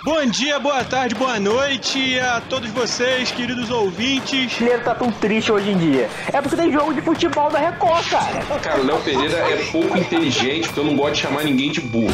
Bom dia, boa tarde, boa noite a todos vocês, queridos ouvintes. O brasileiro tá tão triste hoje em dia. É porque tem jogo de futebol da Record, cara. Cara, o Léo Pereira é pouco inteligente, porque eu não gosto de chamar ninguém de burro.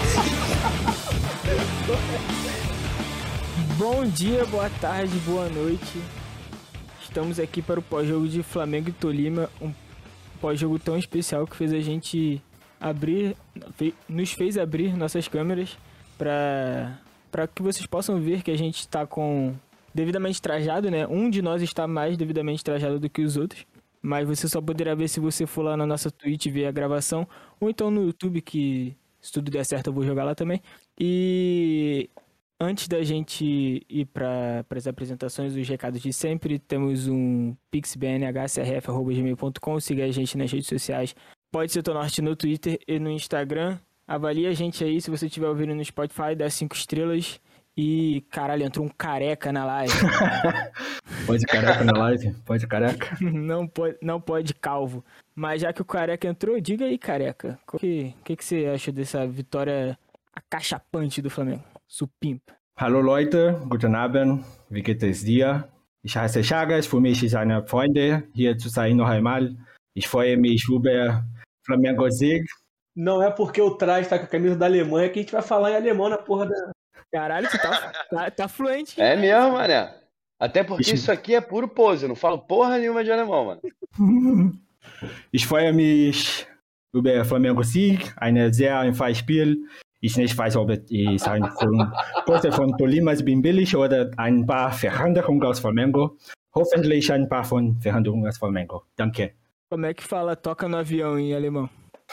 Bom dia, boa tarde, boa noite. Estamos aqui para o pós-jogo de Flamengo e Tolima, um pós-jogo tão especial que fez a gente nos fez abrir nossas câmeras para que vocês possam ver que a gente está devidamente trajado, né? Um de nós está mais devidamente trajado do que os outros, mas você só poderá ver se você for lá na nossa Twitch ver a gravação, ou então no YouTube, que se tudo der certo eu vou jogar lá também. E antes da gente ir para as apresentações, os recados de sempre, temos um pixbnhcrf@gmail.com, siga a gente nas redes sociais, pode ser Norte no Twitter e no Instagram. Avalie a gente aí, se você estiver ouvindo no Spotify, dá 5 estrelas. E, caralho, entrou um careca na live. Pode careca na live? Pode careca? Não pode calvo. Mas já que o careca entrou, diga aí, careca. O que você acha dessa vitória acachapante do Flamengo? Supimpa. Hallo Leute, guten Abend, wie geht es dir? Ich heiße Chagas, für mich ist eine Freude, hier zu sein noch einmal. Ich freue mich über Flamengo-Sieg. Não é porque o traje tá com a camisa da Alemanha que a gente vai falar em alemão na porra da... Caralho, tu tá fluente. É mesmo, mané. Até porque isso aqui é puro pose, eu não falo porra nenhuma de alemão, mano. Ich freue mich über Flamengo-Sieg, ein sehr einfaches Spiel. Ich nicht weiß, ob es ein Kurse von Tolima bin billig oder ein paar Veränderungen aus Flamengo. Hoffentlich ein paar von Veränderungen aus Flamengo. Danke. Como é que fala toca no avião em alemão?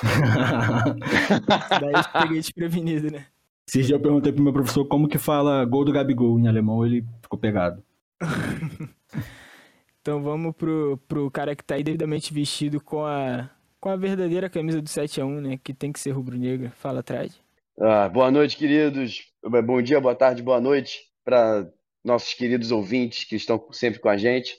Daí eu peguei desprevenido, né? Esses dias eu perguntei pro meu professor como que fala gol do Gabigol em alemão, ele ficou pegado. Então vamos pro cara que tá aí devidamente vestido com a verdadeira camisa do 7-1, né? Que tem que ser rubro-negra. Fala, Trade. Boa noite, queridos. Bom dia, boa tarde, boa noite para nossos queridos ouvintes que estão sempre com a gente.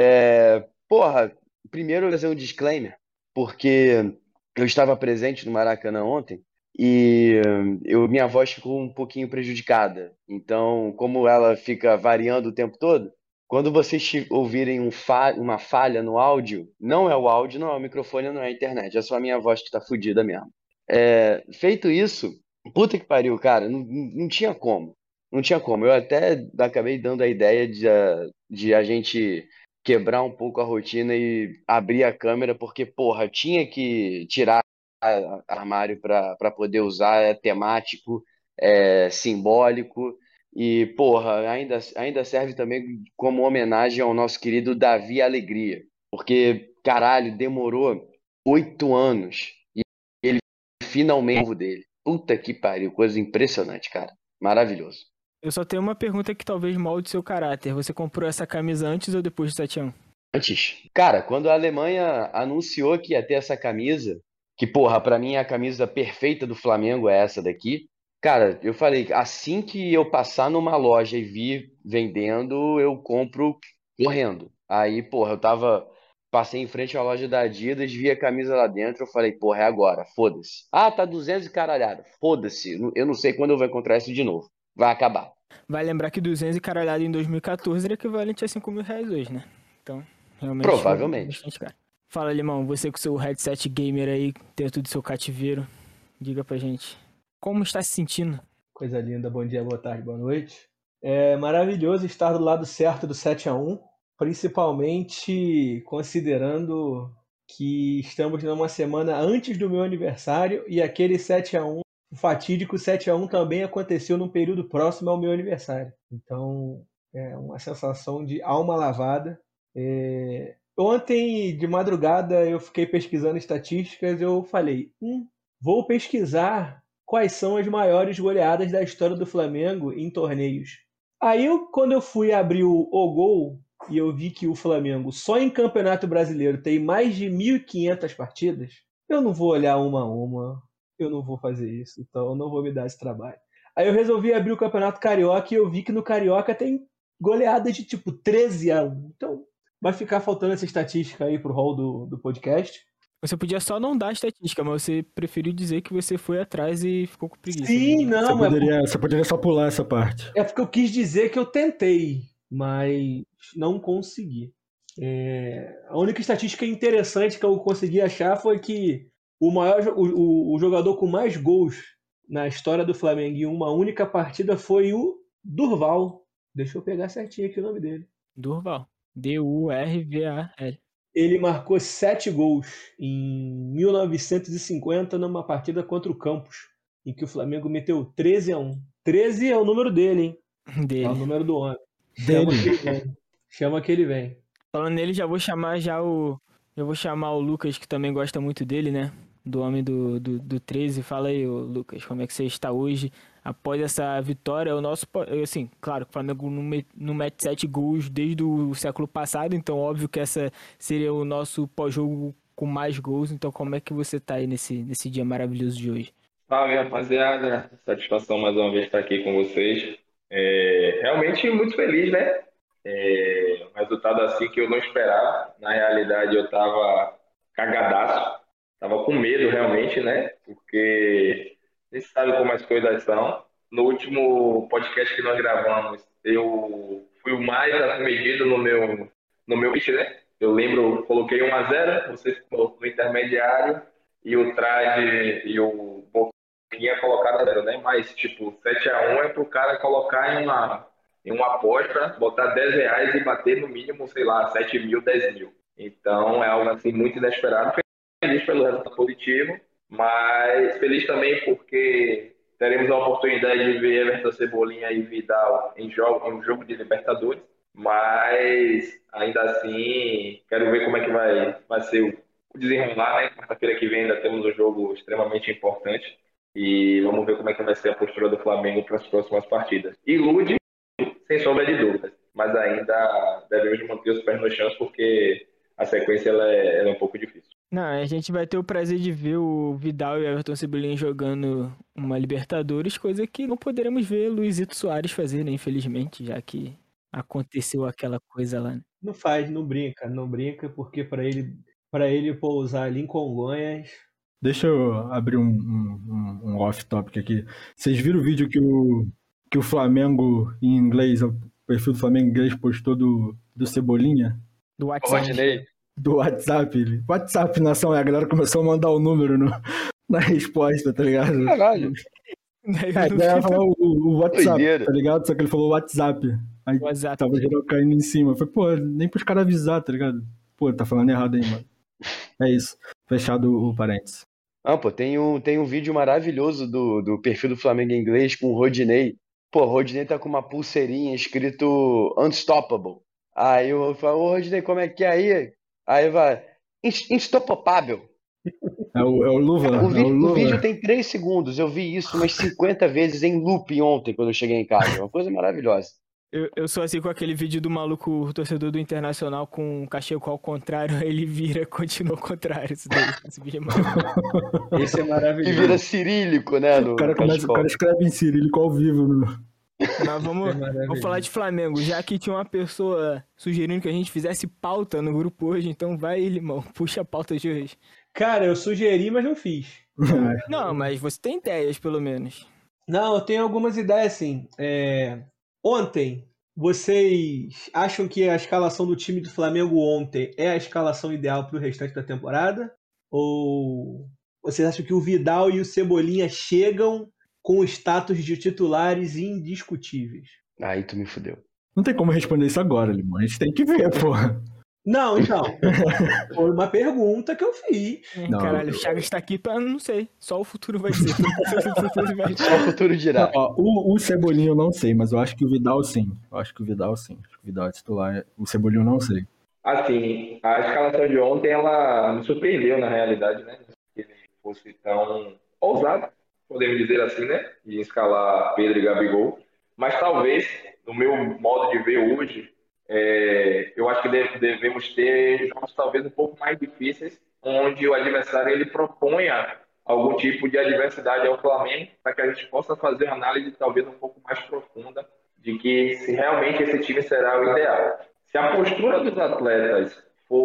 Primeiro eu vou fazer um disclaimer, porque eu estava presente no Maracanã ontem e minha voz ficou um pouquinho prejudicada. Então, como ela fica variando o tempo todo, quando vocês ouvirem uma falha no áudio, não é o áudio, não é o microfone, não é a internet, é só a minha voz que está fodida mesmo. Feito isso, puta que pariu, cara, não tinha como. Não tinha como. Eu até acabei dando a ideia de a gente quebrar um pouco a rotina e abrir a câmera, porque, porra, tinha que tirar armário para poder usar, é temático, é simbólico e, porra, ainda serve também como homenagem ao nosso querido Davi Alegria, porque, caralho, demorou 8 anos e ele finalmente dele. Puta que pariu, coisa impressionante, cara. Maravilhoso. Eu só tenho uma pergunta que talvez molde seu caráter. Você comprou essa camisa antes ou depois do 7-1? Antes. Cara, quando a Alemanha anunciou que ia ter essa camisa, que, porra, pra mim a camisa perfeita do Flamengo é essa daqui, cara, eu falei, assim que eu passar numa loja e vir vendendo, eu compro correndo. Aí, porra, passei em frente à loja da Adidas, vi a camisa lá dentro, eu falei, porra, é agora, foda-se. Ah, tá 200 e caralhada, foda-se, eu não sei quando eu vou encontrar isso de novo. Vai acabar. Vai lembrar que 200 e caralhada em 2014 era equivalente a 5 mil reais hoje, né? Então, realmente... Provavelmente. Fala, Limão, você com seu headset gamer aí dentro do seu cativeiro, diga pra gente, como está se sentindo? Coisa linda, bom dia, boa tarde, boa noite. É maravilhoso estar do lado certo do 7-1, principalmente considerando que estamos numa semana antes do meu aniversário e aquele 7-1, o fatídico 7-1 também aconteceu num período próximo ao meu aniversário. Então, é uma sensação de alma lavada. Ontem, de madrugada, eu fiquei pesquisando estatísticas e eu falei, vou pesquisar quais são as maiores goleadas da história do Flamengo em torneios. Aí, quando eu fui abrir o Gol e eu vi que o Flamengo só em Campeonato Brasileiro tem mais de 1.500 partidas, eu não vou olhar uma a uma, eu não vou fazer isso, então eu não vou me dar esse trabalho. Aí eu resolvi abrir o Campeonato Carioca e eu vi que no Carioca tem goleada de tipo 13-1. Então vai ficar faltando essa estatística aí pro hall do podcast. Você podia só não dar a estatística, mas você preferiu dizer que você foi atrás e ficou com preguiça. Sim, não, Você poderia só pular essa parte. é porque eu quis dizer que eu tentei, mas não consegui. A única estatística interessante que eu consegui achar foi que o jogador com mais gols na história do Flamengo em uma única partida foi o Durval. Deixa eu pegar certinho aqui o nome dele. Durval. D-U-R-V-A-L. Ele marcou 7 gols em 1950 numa partida contra o Campos, em que o Flamengo meteu 13-1. 13 é o número dele, hein? Dele. É o número do homem. Dele. Chama que ele vem. Falando nele, já vou chamar o Lucas, que também gosta muito dele, né? Do homem do 13. Fala aí, ô, Lucas, como é que você está hoje? Após essa vitória, assim, claro que o Flamengo não mete 7 gols desde o século passado, então óbvio que essa seria o nosso pós-jogo com mais gols. Então como é que você tá aí nesse dia maravilhoso de hoje? Salve, rapaziada. Satisfação mais uma vez estar aqui com vocês. Realmente muito feliz, né? Um resultado assim que eu não esperava. Na realidade, eu tava cagadaço. Tava com medo realmente, né? Porque a gente sabe como as coisas são. No último podcast que nós gravamos, eu fui o mais acomedido no meu pitch, né? Eu lembro, eu coloquei 1-0, você ficou no intermediário e o Trade e o Boquinha colocaram 0, né? Mas, tipo, 7-1 é pro cara colocar em uma aposta, botar R$ 10 e bater no mínimo, sei lá, 7 mil, 10 mil. Então, é algo assim muito inesperado. Feliz pelo resultado positivo, mas feliz também porque teremos a oportunidade de ver Everton Cebolinha e Vidal em um jogo de Libertadores, mas ainda assim quero ver como é que vai ser o desenrolar, né? Quarta-feira que vem ainda temos um jogo extremamente importante e vamos ver como é que vai ser a postura do Flamengo para as próximas partidas. Ilude, sem sombra de dúvidas, mas ainda devemos manter os pés no chão porque a sequência ela é um pouco difícil. Não, a gente vai ter o prazer de ver o Vidal e o Everton Cebolinha jogando uma Libertadores, coisa que não poderemos ver Luizito Soares fazer, né? Infelizmente, já que aconteceu aquela coisa lá. Né? Não brinca, porque para ele pousar ali em Congonhas. Deixa eu abrir um off-topic aqui. Vocês viram o vídeo que o Flamengo em inglês, o perfil do Flamengo em inglês postou do Cebolinha? Do WhatsApp. Do WhatsApp. WhatsApp, nação, a galera começou a mandar o número na resposta, tá ligado? Caralho. A galera falou o WhatsApp, Doideira. tá ligado? Só que ele falou WhatsApp. Aí WhatsApp. tava geral caindo em cima. Foi, pô, nem pros caras avisar, tá ligado? Pô, tá falando errado aí, mano. É isso. Fechado o parênteses. Ah, pô, tem um vídeo maravilhoso do perfil do Flamengo em inglês com o Rodinei. Pô, o Rodinei tá com uma pulseirinha escrito Unstoppable. Aí eu falo, ô Rodinei, como é que é aí? Aí vai, Instoppável. É o Luva. O vídeo tem 3 segundos. Eu vi isso umas 50 vezes em loop ontem, quando eu cheguei em casa. Uma coisa maravilhosa. Eu sou assim com aquele vídeo do maluco, o torcedor do Internacional com um cachecol ao contrário, aí ele vira, continua ao contrário. Esse vídeo é maravilhoso. Esse é Que maravilhoso. vira cirílico, né? O cara escreve em cirílico ao vivo. Mas vamos falar de Flamengo. Já que tinha uma pessoa sugerindo que a gente fizesse pauta no grupo hoje, então vai, Limão, puxa a pauta de hoje. Cara, eu sugeri, mas não fiz. Não, mas você tem ideias, pelo menos. Não, eu tenho algumas ideias, sim. Ontem, vocês acham que a escalação do time do Flamengo ontem é a escalação ideal para o restante da temporada? Ou vocês acham que o Vidal e o Cebolinha chegam com o status de titulares indiscutíveis? Aí tu me fudeu. Não tem como responder isso agora, Limão. A gente tem que ver, porra. Não, então. Foi uma pergunta que eu fiz. Não, Caralho, o Chagas tá aqui pra, não sei, só o futuro vai dizer. Só o futuro dirá. Ó, o Cebolinha eu não sei, mas eu acho que o Vidal sim. Acho que o Vidal é titular. O Cebolinha eu não sei. Assim, a escalação de ontem, ela me surpreendeu na realidade, né? Que ele fosse tão ousado, podemos dizer assim, né? De escalar Pedro e Gabigol. Mas talvez, no meu modo de ver hoje, eu acho que devemos ter jogos talvez um pouco mais difíceis, onde o adversário ele proponha algum tipo de adversidade ao Flamengo, para que a gente possa fazer uma análise talvez um pouco mais profunda de que se realmente esse time será o ideal. Se a postura dos atletas for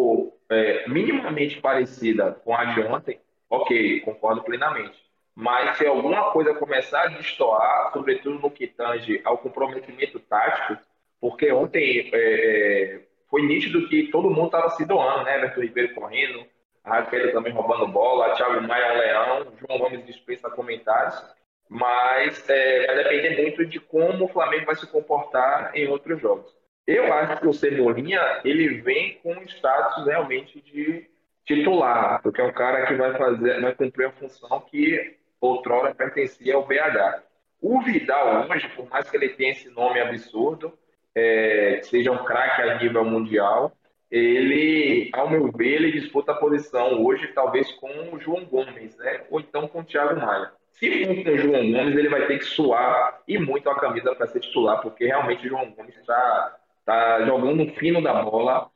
minimamente parecida com a de ontem, ok, concordo plenamente. Mas se alguma coisa começar a destoar, sobretudo no que tange ao comprometimento tático, porque ontem foi nítido que todo mundo estava se doando, né? Everton Ribeiro correndo, a Raquel também roubando bola, Thiago Maia é um leão, João Gomes dispensa comentários, mas vai depender muito de como o Flamengo vai se comportar em outros jogos. Eu acho que o Cebolinha, ele vem com status realmente de titular, porque é um cara que vai cumprir a função que outrora pertencia ao BH. O Vidal hoje, por mais que ele tenha esse nome absurdo, que seja um craque a nível mundial, ele, ao meu ver, ele disputa a posição hoje talvez com o João Gomes, né? Ou então com o Thiago Maia. Se for com o João Gomes, ele vai ter que suar e muito a camisa para ser titular, porque realmente o João Gomes está jogando no fino da bola,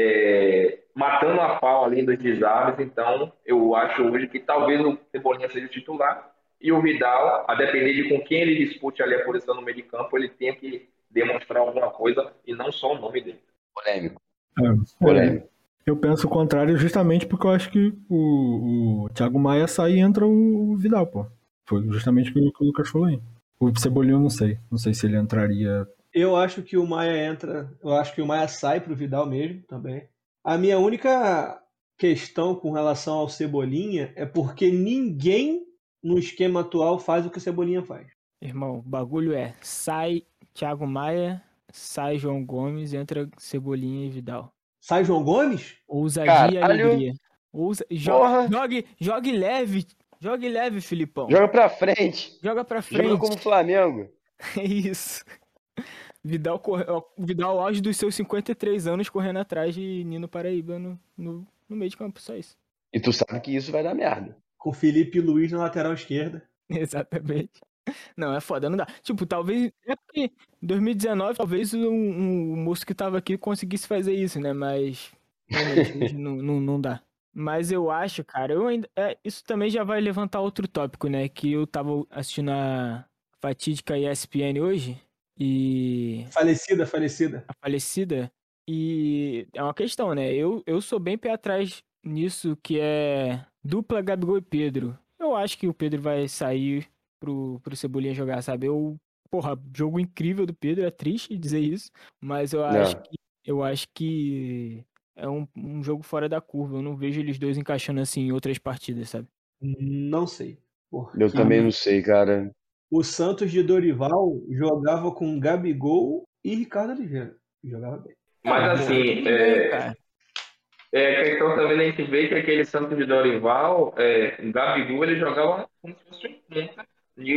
matando a pau ali dos desarmes. Então, eu acho hoje que talvez o Cebolinha seja o titular e o Vidal, a depender de com quem ele dispute ali a posição no meio de campo, ele tem que demonstrar alguma coisa e não só o nome dele. Polêmico. É, Polêmico. eu penso o contrário justamente porque eu acho que o Thiago Maia sai e entra o Vidal, pô. Foi justamente o que o Lucas falou aí. O Cebolinha eu não sei. Não sei se ele entraria. Eu acho que o Maia entra. Eu acho que o Maia sai pro Vidal mesmo também. A minha única questão com relação ao Cebolinha é porque ninguém no esquema atual faz o que o Cebolinha faz. Irmão, o bagulho sai Thiago Maia, sai João Gomes, entra Cebolinha e Vidal. Sai João Gomes? Ousadia e Caralho. alegria. Porra. Jogue leve. Jogue leve, Filipão. Joga pra frente. Joga pra frente. Joga como Flamengo. É isso. Vidal, Vidal, auge dos seus 53 anos, correndo atrás de Nino Paraíba no meio de campo, só isso. E tu sabe que isso vai dar merda. Com Felipe Luiz na lateral esquerda. Exatamente. Não, é foda, não dá. Tipo, talvez. É porque em 2019, talvez um moço que tava aqui conseguisse fazer isso, né? Mas. Realmente, hoje não dá. Mas eu acho, cara, isso também já vai levantar outro tópico, né? Que eu tava assistindo a fatídica ESPN hoje. E. Falecida. A falecida. E é uma questão, né? Eu sou bem pé atrás nisso, que é dupla Gabigol e Pedro. Eu acho que o Pedro vai sair pro Cebolinha jogar, sabe? Porra, jogo incrível do Pedro, é triste dizer isso, mas eu acho que é um jogo fora da curva. Eu não vejo eles dois encaixando assim em outras partidas, sabe? Não sei. Porque Eu também não sei, cara. o Santos de Dorival jogava com Gabigol e Ricardo Oliveira. Jogava bem. Mas assim, cara. a questão também a gente vê que aquele Santos de Dorival, o Gabigol, ele jogava como se fosse um ponta.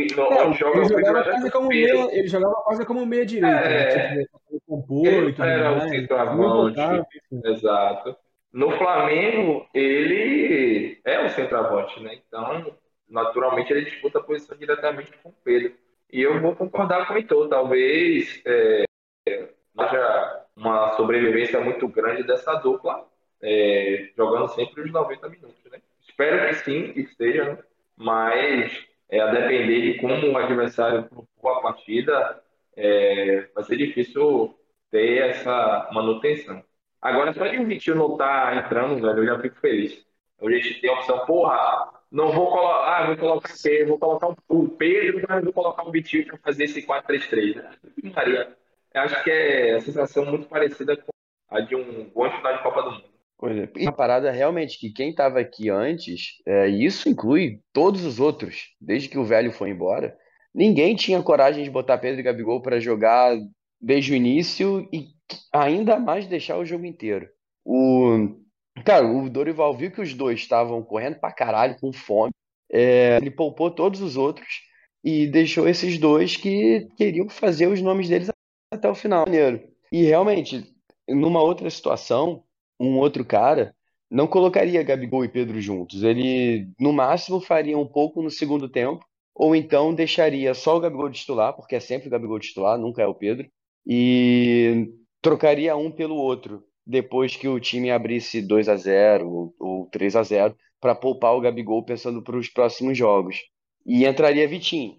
Ele jogava quase como meia direita, né? Tipo, compor e tudo Era o mais. centroavante. Exato. No Flamengo, ele é o centroavante, né? Então, naturalmente, ele disputa a posição diretamente com o Pedro. E eu vou concordar com o Heitor. Talvez haja uma sobrevivência muito grande dessa dupla, jogando sempre os 90 minutos, né? Espero que sim, que esteja, né? Mas a depender de como o adversário propor a partida, vai ser difícil ter essa manutenção. Agora, só de o Vitinho não estar entrando, velho, eu já fico feliz. Hoje a gente tem a opção, porra, não vou colocar, vou colocar quem? Vou colocar o Pedro, mas vou colocar o Vitinho para fazer esse 4-3-3, né? Maria. Eu acho que é a sensação muito parecida com a de um bom final de Copa do Mundo. Pois é. E a parada realmente que quem estava aqui antes, e isso inclui todos os outros, desde que o velho foi embora, ninguém tinha coragem de botar Pedro e Gabigol para jogar desde o início e ainda mais deixar o jogo inteiro. Cara, o Dorival viu que os dois estavam correndo pra caralho, com fome. Ele poupou todos os outros e deixou esses dois que queriam fazer os nomes deles até o final. E realmente, numa outra situação, um outro cara não colocaria Gabigol e Pedro juntos. Ele, no máximo, faria um pouco no segundo tempo, ou então deixaria só o Gabigol de titular, porque é sempre o Gabigol de titular, nunca é o Pedro, e trocaria um pelo outro, depois que o time abrisse 2-0 ou 3-0, para poupar o Gabigol pensando para os próximos jogos. E entraria Vitinho,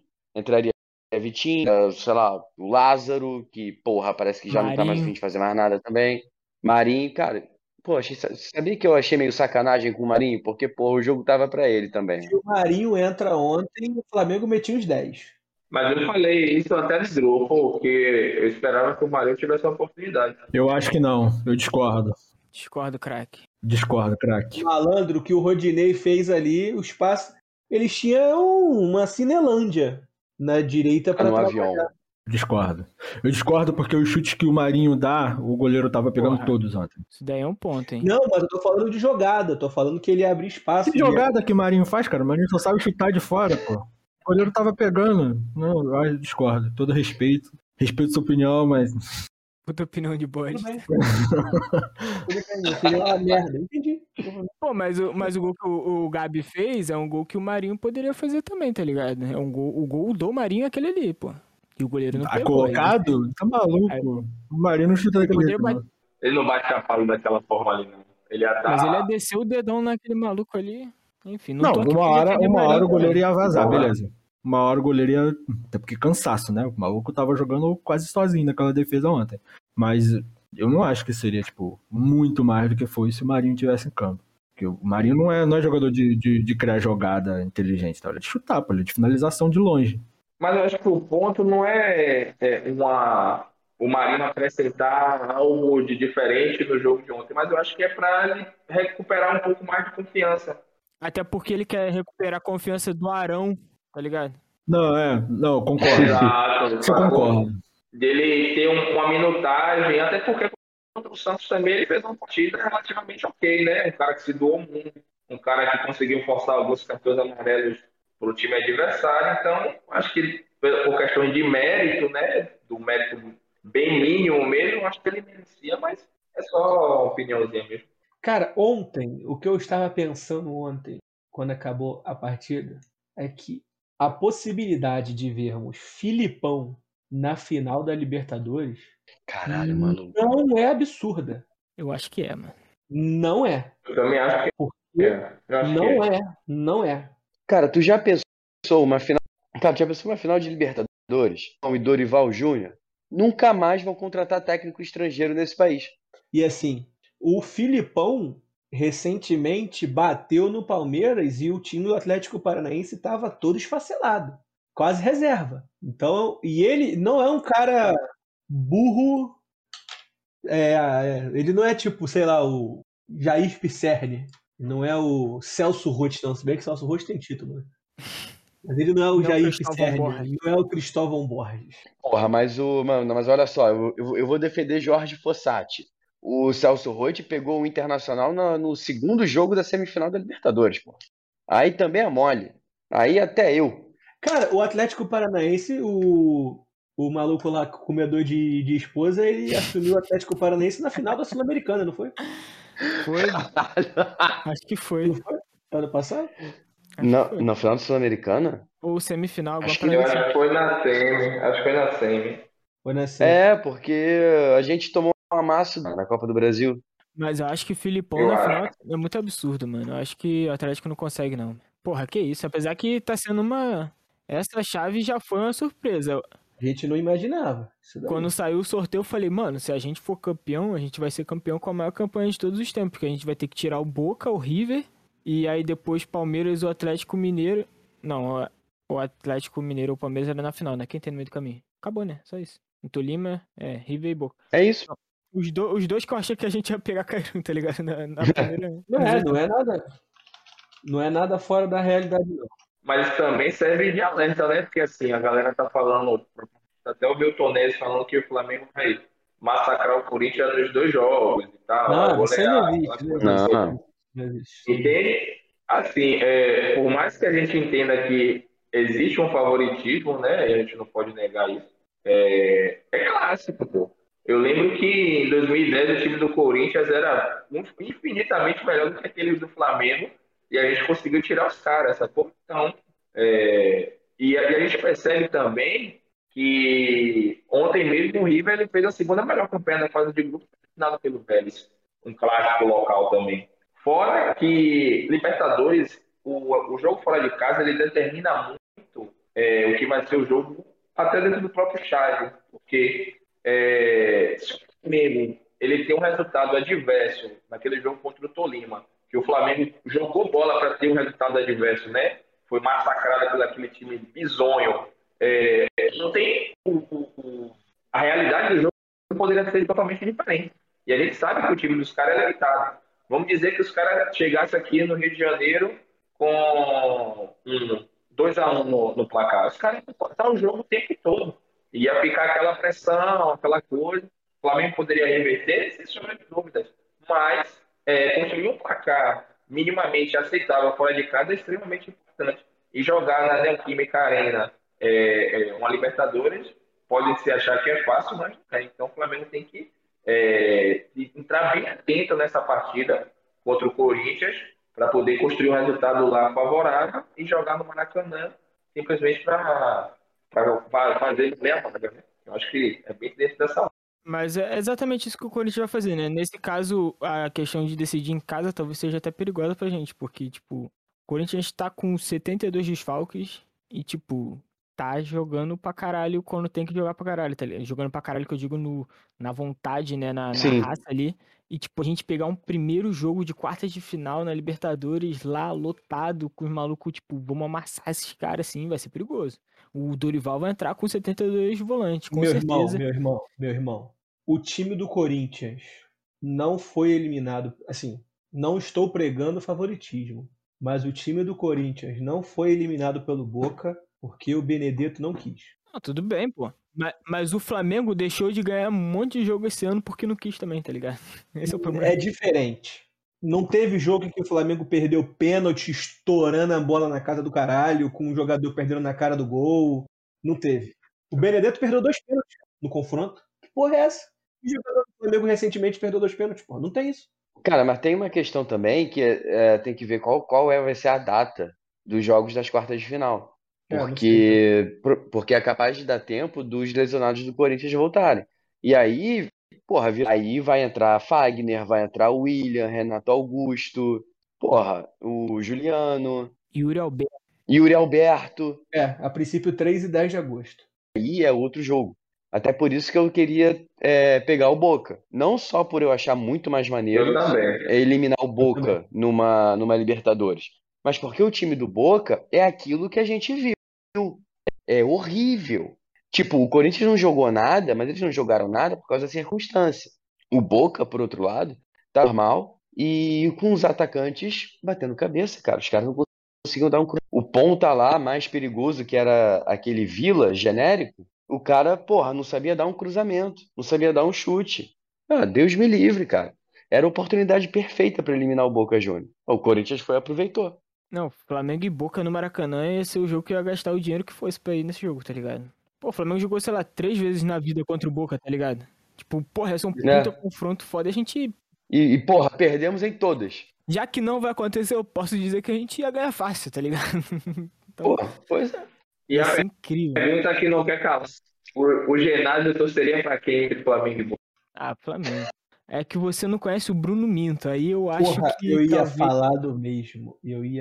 sei lá, o Lázaro, que, porra, parece que já não tá mais a fim de fazer mais nada também. Marinho, cara, Pô, sabia que eu achei meio sacanagem com o Marinho? Porque, pô, o jogo tava pra ele também. Se o Marinho entra ontem, o Flamengo metia uns 10. Mas eu falei isso até no grupo, porque eu esperava que o Marinho tivesse uma oportunidade. Eu acho que não, eu discordo. Discordo, craque. Discordo, craque. Malandro, o que o Rodinei fez ali, o espaço. Eles tinham uma Cinelândia na direita para No trabalhar. avião. Discordo. Eu discordo porque os chutes que o Marinho dá, o goleiro tava pegando Porra. todos ontem. Isso daí é um ponto, hein? Não, mas eu tô falando de jogada, eu tô falando que ele abre espaço. Que jogada que o Marinho faz, cara? O Marinho só sabe chutar de fora, pô. O goleiro tava pegando. Não, eu discordo. Todo respeito. Respeito sua opinião, mas. Puta opinião de Tudo bosta. bem. Seria uma merda, entendi. Pô, mas o gol que o Gabi fez é um gol que o Marinho poderia fazer também, tá ligado? É um gol, o gol do Marinho é aquele ali, pô. E o goleiro não Tá pegou. colocado? Tá maluco. O Marinho não chuta daquele Poderia jeito, não. Ele não bate cavalo daquela forma ali, não. Ele ia dar. Mas ele ia descer o dedão naquele maluco ali. Enfim, Não, tô aqui uma pra hora defender o Marinho, goleiro ia vazar, Não, beleza. Uma hora o goleiro ia. Até porque cansaço, né? O maluco tava jogando quase sozinho naquela defesa ontem. Mas eu não acho que seria, tipo, muito mais do que foi se o Marinho tivesse em campo. Porque o Marinho não é jogador de criar jogada inteligente, tá? Ele é de chutar, pô, ele é de finalização de longe. Mas eu acho que o ponto não é o Marinho acrescentar algo de diferente no jogo de ontem, mas eu acho que é para ele recuperar um pouco mais de confiança. Até porque ele quer recuperar a confiança do Arão, tá ligado? Não, eu concordo. Exato. Isso eu concordo. Dele ter uma minutagem, até porque contra o Santos também ele fez uma partida relativamente ok, né? Um cara que se doou muito, um cara que conseguiu forçar alguns cartões amarelos para o time adversário. Então, acho que por questões de mérito, né? Do mérito bem mínimo mesmo, acho que ele merecia, mas é só uma opiniãozinha mesmo. Cara, ontem, o que eu estava pensando ontem, quando acabou a partida, é que a possibilidade de vermos Filipão na final da Libertadores Caralho, mano. não é absurda. Eu acho que é, mano. Não é. Eu também acho que Porque é. Eu acho que não é. é. Não é. Cara, tu já pensou uma final. Cara, tu já pensou uma final de Libertadores? Com o Dorival Júnior? Nunca mais vão contratar técnico estrangeiro nesse país. E assim, o Filipão recentemente bateu no Palmeiras e o time do Atlético Paranaense estava todo esfacelado, quase reserva. Então, e ele não é um cara burro, ele não é tipo, sei lá, o Jair Pisserni, não é o Celso Roth, não, se bem que Celso Roth tem título, né? Mas ele não é o Não, Jair Cristóvão Pisserni, Borges. não é o Cristóvão Borges. Porra, mas olha só, eu vou defender Jorge Fossati. O Celso Roth pegou o Internacional no segundo jogo da semifinal da Libertadores, pô. Aí também é mole. Aí até eu. Cara, o Atlético Paranaense, o maluco lá, comedor de esposa, ele assumiu o Atlético Paranaense na final da Sul-Americana, não foi? Foi? Acho que foi. Não foi? Ano passado? Na final da Sul-Americana? Ou semifinal, alguma Acho que parada Eu acho assim. que foi na semi. Acho que foi na semi. Foi na SEMI. É, porque a gente tomou um amasso na Copa do Brasil. Mas eu acho que o Filipão Eu na acho. final é muito absurdo, mano. Eu acho que o Atlético não consegue, não. Porra, que isso. Apesar que tá sendo uma. Essa chave já foi uma surpresa. A gente não imaginava. Isso daí. Quando saiu o sorteio, eu falei, mano, se a gente for campeão, a gente vai ser campeão com a maior campanha de todos os tempos. Porque a gente vai ter que tirar o Boca, o River, e aí depois Palmeiras, o Atlético Mineiro. Não, o Atlético Mineiro ou o Palmeiras era na final, né? Quem tem no meio do caminho? Acabou, né? Só isso. Em Tolima, River e Boca. É isso. Os dois que eu achei que a gente ia pegar caíram, tá ligado? Na primeira. Não é nada. Não é nada fora da realidade, não. Mas também serve de alerta, né? Porque assim, a galera tá falando, até o Milton Neves falando que o Flamengo vai massacrar o Corinthians nos 2 jogos e tal. Não, isso aí não golear, existe. aquela Não coisa toda. Não. Não existe. Entende? Assim, por mais que a gente entenda que existe um favoritismo, né? E a gente não pode negar isso. É clássico, pô. Eu lembro que em 2010 o time do Corinthians era infinitamente melhor do que aquele do Flamengo e a gente conseguiu tirar os caras, sacou? Então, e a gente percebe também que ontem mesmo o River ele fez a segunda melhor campanha da fase de grupo, nada pelo Vélez, um clássico local também. Fora que Libertadores, o jogo fora de casa, ele determina muito o que vai ser o jogo até dentro do próprio estádio, porque se o Flamengo ele ter um resultado adverso naquele jogo contra o Tolima, que o Flamengo jogou bola para ter um resultado adverso, né? Foi massacrado por aquele time bizonho. Não tem a realidade do jogo poderia ser totalmente diferente. E a gente sabe que o time dos caras é limitado. Vamos dizer que os caras chegassem aqui no Rio de Janeiro com 2-1 no placar. Os caras iam botar o jogo o tempo todo. Ia ficar aquela pressão, aquela coisa. O Flamengo poderia reverter, sem sombra de dúvidas. Mas construir um placar minimamente aceitável fora de casa é extremamente importante. E jogar na Neoquímica Arena uma Libertadores pode se achar que é fácil, mas não é. Então o Flamengo tem que entrar bem atento nessa partida contra o Corinthians para poder construir um resultado lá favorável e jogar no Maracanã simplesmente para fazer meia vaga, né? Eu acho que é bem dentro dessa. Mas é exatamente isso que o Corinthians vai fazer, né? Nesse caso, a questão de decidir em casa talvez seja até perigosa pra gente, porque, tipo, o Corinthians tá com 72 desfalques e, tipo, tá jogando pra caralho quando tem que jogar pra caralho, tá ligado? Jogando pra caralho que eu digo na vontade, né? Na Sim. raça ali. E, tipo, a gente pegar um primeiro jogo de quartas de final na Libertadores lá, lotado, com os malucos, tipo, vamos amassar esses caras assim, vai ser perigoso. O Dorival vai entrar com 72 volantes, com certeza. Meu irmão. O time do Corinthians não foi eliminado. Assim, não estou pregando favoritismo, mas o time do Corinthians não foi eliminado pelo Boca porque o Benedetto não quis. Ah, tudo bem, pô. Mas o Flamengo deixou de ganhar um monte de jogo esse ano porque não quis também, tá ligado? Esse é o problema. É diferente. Não teve jogo em que o Flamengo perdeu pênalti, estourando a bola na casa do caralho, com um jogador perdendo na cara do gol. Não teve. O Benedetto perdeu 2 pênaltis no confronto. Que porra é essa? O jogador do Flamengo recentemente perdeu 2 pênaltis, porra. Não tem isso. Cara, mas tem uma questão também que tem que ver qual vai ser a data dos jogos das quartas de final. Porque é capaz de dar tempo dos lesionados do Corinthians voltarem. E aí, porra, aí vai entrar Fagner, vai entrar o William, Renato Augusto, porra, o Juliano, Yuri Alberto. A princípio 3 e 10 de agosto. Aí é outro jogo. Até por isso que eu queria pegar o Boca. Não só por eu achar muito mais maneiro Eu também. eliminar o Boca numa Libertadores, mas porque o time do Boca é aquilo que a gente viu. É horrível. Tipo, o Corinthians não jogou nada, mas eles não jogaram nada por causa da circunstância. O Boca, por outro lado, tá normal e com os atacantes batendo cabeça, cara. Os caras não conseguiam dar um cruzamento. O ponta lá, mais perigoso, que era aquele Vila genérico, o cara, porra, não sabia dar um cruzamento, não sabia dar um chute. Ah, Deus me livre, cara. Era a oportunidade perfeita para eliminar o Boca Juniors. O Corinthians aproveitou. Não, Flamengo e Boca no Maracanã ia ser o jogo que eu ia gastar o dinheiro que fosse pra ir nesse jogo, tá ligado? Pô, o Flamengo jogou, sei lá, 3 vezes na vida contra o Boca, tá ligado? Tipo, porra, esse é um puta confronto foda. A gente... E, porra, perdemos em todas. Já que não vai acontecer, eu posso dizer que a gente ia ganhar fácil, tá ligado? Então, porra, pois é. E a incrível. pergunta que não quer calar. O Genásio torceria pra quem entre Flamengo e Boca? Ah, Flamengo. É que você não conhece o Bruno Minto, aí eu acho que... Eu ia falar do mesmo.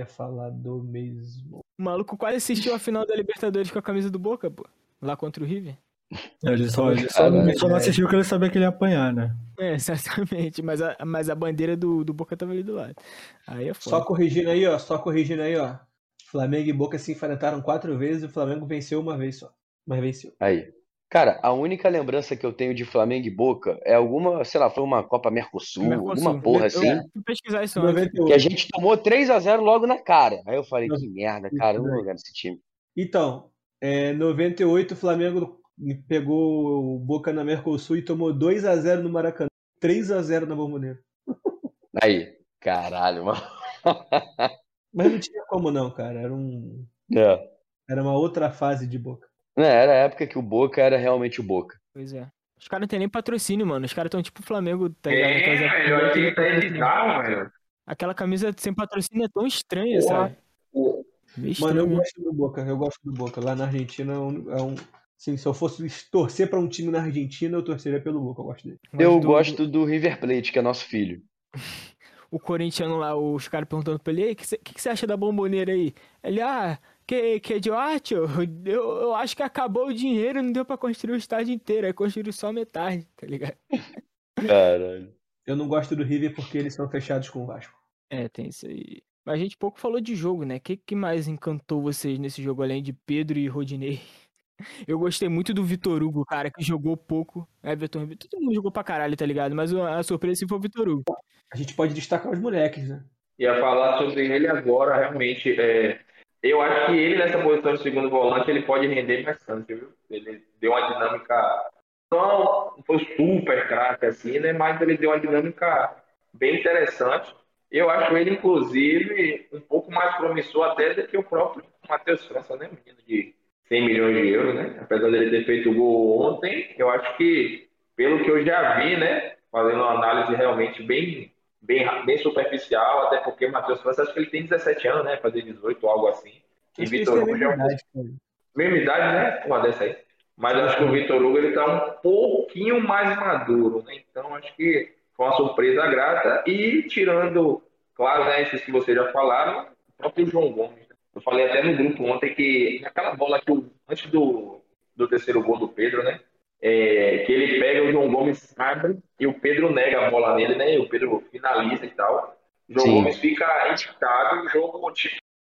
O maluco quase assistiu a final da Libertadores com a camisa do Boca, pô. Lá contra o River. Ele só não assistiu porque ele sabia que ele ia apanhar, né? Exatamente. Mas a bandeira do Boca tava ali do lado. Aí é foda. Só corrigindo aí, ó. Flamengo e Boca se enfrentaram 4 vezes e o Flamengo venceu uma vez só. Mas venceu. Aí. Cara, a única lembrança que eu tenho de Flamengo e Boca é alguma, sei lá, foi uma Copa Mercosul, alguma porra assim. Vou pesquisar isso antes. Que a gente tomou 3-0 logo na cara. Aí eu falei, que merda, cara, eu não vou jogar nesse time. Então, 98 o Flamengo pegou o Boca na Mercosul e tomou 2-0 no Maracanã, 3-0 na Bombonera. Aí, caralho, mano. Mas não tinha como não, cara. Era uma outra fase de Boca. Era a época que o Boca era realmente o Boca. Pois é. Os caras não tem nem patrocínio, mano. Os caras estão tipo o Flamengo, tá ligado? Eu achei que tá bizarro, velho. Aquela camisa sem patrocínio é tão estranha, sabe? Mano, eu gosto do Boca. Lá na Argentina assim, se eu fosse torcer pra um time na Argentina, eu torceria pelo Boca. Eu gosto dele. Eu gosto do River Plate, que é nosso filho. O corintiano lá, os caras perguntando pra ele, o que você acha da Bombonera aí? Ele, que de arte? Eu acho que acabou o dinheiro, não deu pra construir o estádio inteiro, aí construiu só metade, tá ligado? Caralho. Eu não gosto do River porque eles são fechados com o Vasco. É, tem isso aí. Mas a gente pouco falou de jogo, né? O que mais encantou vocês nesse jogo, além de Pedro e Rodinei? Eu gostei muito do Vitor Hugo, cara, que jogou pouco. Everton, todo mundo jogou pra caralho, tá ligado? Mas a surpresa sim foi o Vitor Hugo. A gente pode destacar os moleques, né? Ia falar sobre ele agora, realmente. Eu acho que ele, nessa posição de segundo volante, ele pode render bastante, viu? Ele deu uma dinâmica. Não foi super craque assim, né? Mas ele deu uma dinâmica bem interessante. Eu acho ele, inclusive, um pouco mais promissor até do que o próprio Matheus França, né? Menino de 100 milhões de euros, né? Apesar dele ter feito o gol ontem, eu acho que, pelo que eu já vi, né? Fazendo uma análise realmente bem superficial, até porque o Matheus França, acho que ele tem 17 anos, né? Fazer 18 ou algo assim. E Acho que eles Vitor têm a Hugo já é mesma um idade, cara. mesma idade, né? Uma dessa aí. Mas acho que o Vitor Hugo ele tá um pouquinho mais maduro, né? Então acho que foi uma surpresa grata. E tirando, claro, né, esses que vocês já falaram, o próprio João Gomes, né? Eu falei até no grupo ontem que naquela bola que antes do terceiro gol do Pedro, né? Que ele pega, o João Gomes abre e o Pedro nega a bola nele, né? E o Pedro finaliza e tal. O João Sim. Gomes fica irritado, o jogo tipo,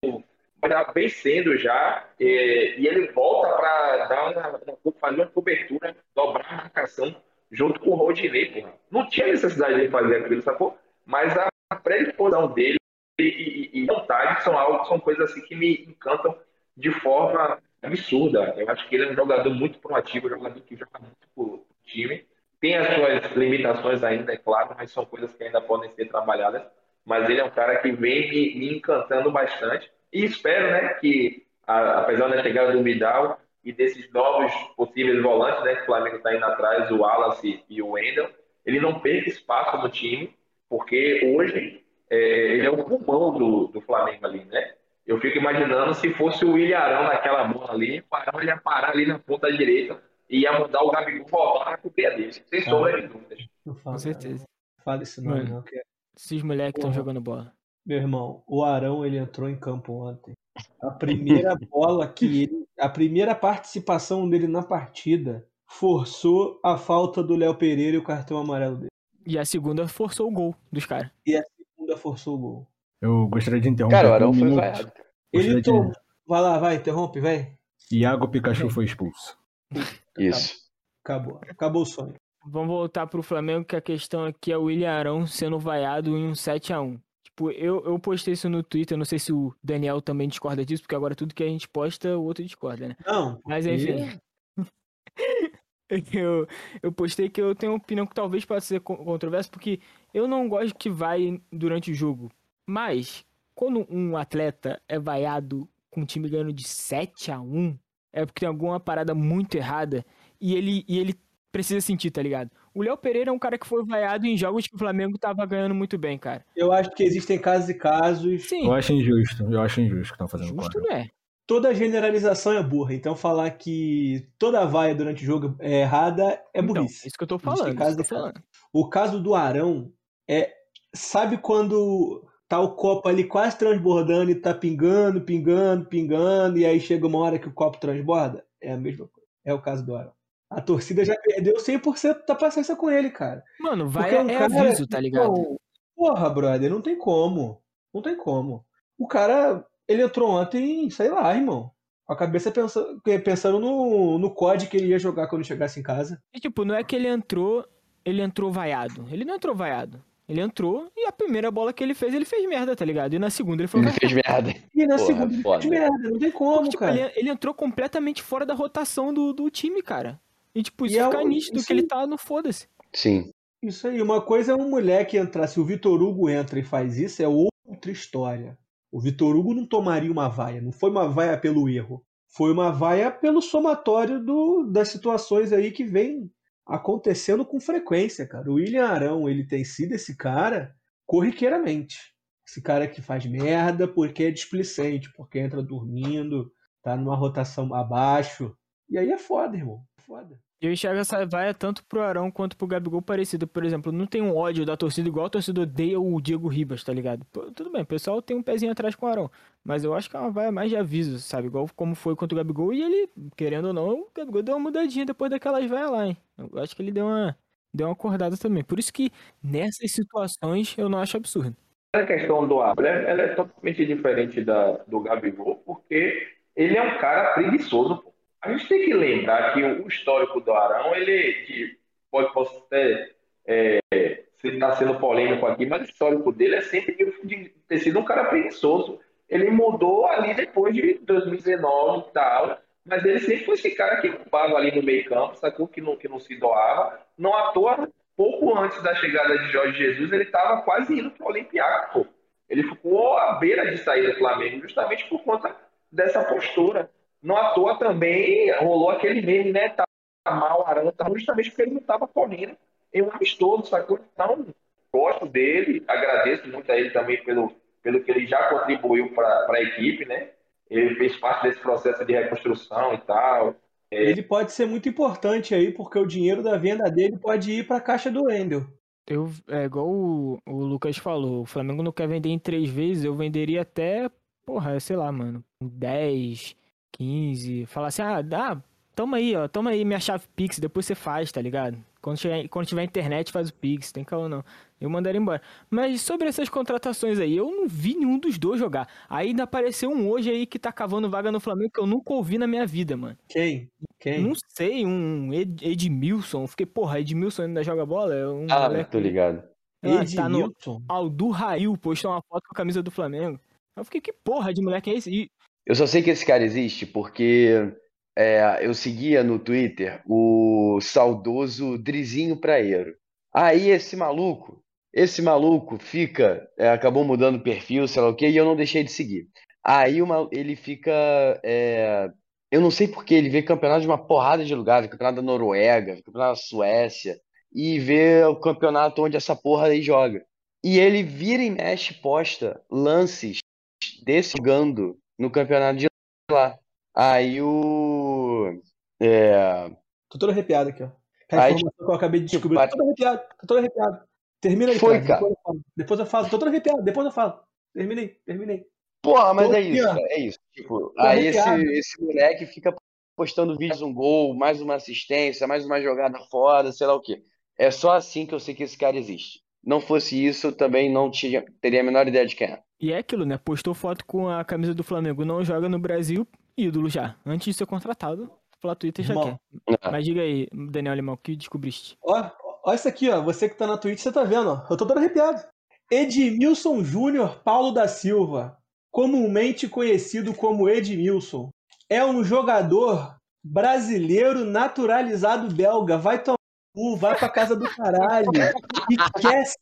vai vencendo já, e ele volta para fazer uma cobertura, dobrar a marcação junto com o Rodinei, porra. Não tinha necessidade de fazer aquilo, sacou? Mas a predisposição dele e vontade são coisas assim que me encantam de forma absurda. Eu acho que ele é um jogador muito proativo, um jogador que joga muito pro time. Tem as suas limitações ainda, é claro, mas são coisas que ainda podem ser trabalhadas. Mas ele é um cara que vem me encantando bastante. E espero, né, que, apesar da chegada do Vidal e desses novos possíveis volantes, né, que o Flamengo está indo atrás, o Wallace e o Wendel, ele não perca espaço no time, porque hoje ele é o pulmão do Flamengo ali, né? Eu fico imaginando se fosse o William Arão naquela bola ali, o Arão ia parar ali na ponta direita e ia mandar o Gabigol voltar na copia dele, sem sombra de dúvidas. Não fala, Com certeza. não fala esse nome, Mano. não. Que Esses moleques estão Porra. jogando bola. Meu irmão, o Arão ele entrou em campo ontem. A primeira bola a primeira participação dele na partida forçou a falta do Léo Pereira e o cartão amarelo dele. E a segunda forçou o gol dos caras. E a segunda forçou o gol. Eu gostaria de interromper Cara, o por Arão um foi minuto. vaiado. Ele Gostaria de- tomou. Vai, interrompe, vai. Iago Pikachu foi expulso. Isso. Acabou o sonho. Vamos voltar pro Flamengo, que a questão aqui é o William Arão sendo vaiado em um 7-1. Tipo, eu postei isso no Twitter, não sei se o Daniel também discorda disso, porque agora tudo que a gente posta, o outro discorda, né? Não. Mas enfim. Eu postei que eu tenho uma opinião que talvez possa ser controversa, porque eu não gosto que vai durante o jogo. Mas, quando um atleta é vaiado com um time ganhando de 7-1, é porque tem alguma parada muito errada e ele precisa sentir, tá ligado? O Léo Pereira é um cara que foi vaiado em jogos que o Flamengo tava ganhando muito bem, cara. Eu acho que existem casos e casos. Sim, Eu acho injusto que estão fazendo com o justo Arão. não é. Toda generalização é burra. Então falar que toda vaia durante o jogo é errada é Então, burrice. isso que eu tô Existem falando, casos isso que eu e tô casos. falando. O caso do Arão sabe quando tá o copo ali quase transbordando e tá pingando, e aí chega uma hora que o copo transborda? É a mesma coisa. É o caso do Arão. A torcida já perdeu 100% da paciência com ele, cara. Mano, vai Porque é aviso, tá ligado? pô, porra, brother, não tem como. Não tem como. O cara, ele entrou ontem, sei lá, irmão. Com a cabeça pensando no COD que ele ia jogar quando chegasse em casa. E tipo, não é que ele entrou vaiado. Ele não entrou vaiado. Ele entrou e a primeira bola que ele fez merda, tá ligado? E na segunda ele foi Ele vaiado. fez merda. E na Porra, segunda ele foda. fez merda. Não tem como, Tipo, cara. ele entrou completamente fora da rotação do time, cara. E tipo, isso E fica nítido isso que ele tá no foda-se. Sim. Isso aí. Uma coisa é um moleque entrar. Se o Vitor Hugo entra e faz isso, é outra história. O Vitor Hugo não tomaria uma vaia. Não foi uma vaia pelo erro. Foi uma vaia pelo somatório das situações aí que vem acontecendo com frequência, cara. O William Arão, ele tem sido esse cara corriqueiramente. Esse cara que faz merda porque é displicente, porque entra dormindo, tá numa rotação abaixo. E aí é foda, irmão. Foda. Eu enxergo essa vaia tanto pro Arão quanto pro Gabigol parecida. Por exemplo, não tem um ódio da torcida igual a torcida odeia o Diego Ribas, tá ligado? Pô, tudo bem, o pessoal tem um pezinho atrás com o Arão. Mas eu acho que é uma vaia mais de aviso, sabe? Igual como foi contra o Gabigol. E ele, querendo ou não, o Gabigol deu uma mudadinha depois daquelas vaias lá, hein? Eu acho que ele deu uma deu uma acordada também. Por isso que nessas situações eu não acho absurdo. A questão do Arão, ela é totalmente diferente do Gabigol, porque ele é um cara preguiçoso, pô. A gente tem que lembrar que o histórico do Arão, posso até estar sendo polêmico aqui, mas o histórico dele é sempre de ter sido um cara preguiçoso. Ele mudou ali depois de 2019 e tal, mas ele sempre foi esse cara que ocupava ali no meio campo, sacou? Que não se doava. Não à toa, pouco antes da chegada de Jorge Jesus, ele estava quase indo para o Olympiacos, pô. Ele ficou à beira de sair do Flamengo, justamente por conta dessa postura. Não à toa também rolou aquele meme, né? Tá mal o Arana, justamente porque ele não estava correndo em um amistoso, sacou? Então, gosto dele, agradeço muito a ele também pelo que ele já contribuiu para a equipe, né? Ele fez parte desse processo de reconstrução e tal. Ele pode ser muito importante aí, porque o dinheiro da venda dele pode ir para a caixa do Wendel. É igual o Lucas falou, o Flamengo não quer vender em 3 vezes, eu venderia até, porra, sei lá, mano, 10, 15, falar assim, toma aí minha chave Pix, depois você faz, tá ligado? Quando tiver internet, faz o Pix, tem calma não. Eu mandaria embora. Mas sobre essas contratações aí, eu não vi nenhum dos dois jogar. Aí ainda apareceu um hoje aí que tá cavando vaga no Flamengo que eu nunca ouvi na minha vida, mano. Quem? Não sei, um Edmilson. Fiquei, porra, Edmilson ainda joga bola? É um moleque. Tô ligado. Tá no Edmilson? Aldo Rail, postou uma foto com a camisa do Flamengo. Eu fiquei, que porra de moleque é esse? E Eu só sei que esse cara existe porque eu seguia no Twitter o saudoso Drizinho Praeiro. Aí esse maluco acabou mudando o perfil, sei lá o quê, e eu não deixei de seguir. Aí ele fica, eu não sei por que ele vê campeonato de uma porrada de lugares, campeonato da Noruega, campeonato da Suécia, e vê o campeonato onde essa porra aí joga. E ele vira e mexe, posta lances desse jogando no campeonato de lá. Aí o. É, Tô todo arrepiado aqui, ó. A aí, informação que eu acabei de tipo, descobrir. Tô todo arrepiado. Termina aí, Foi, cara. cara. Depois eu falo. Tô todo arrepiado, depois eu falo. Terminei. Porra, mas Tô é aqui, isso, ó. é isso. Tipo, Tô aí arrepiado. esse moleque fica postando vídeos, um gol, mais uma assistência, mais uma jogada foda, sei lá o quê. É só assim que eu sei que esse cara existe. Não fosse isso, eu também não teria a menor ideia de quem é. E é aquilo, né? Postou foto com a camisa do Flamengo, não joga no Brasil, ídolo já. Antes de ser contratado, pela Twitter já Irmão. quer. Mas diga aí, Daniel Limão, o que descobriste? Ó isso aqui, ó. Você que tá na Twitch, você tá vendo, ó. Eu tô todo arrepiado. Edmilson Júnior Paulo da Silva, comumente conhecido como Edmilson, é um jogador brasileiro naturalizado belga. Vai tomar no cu, vai pra casa do caralho. Esquece.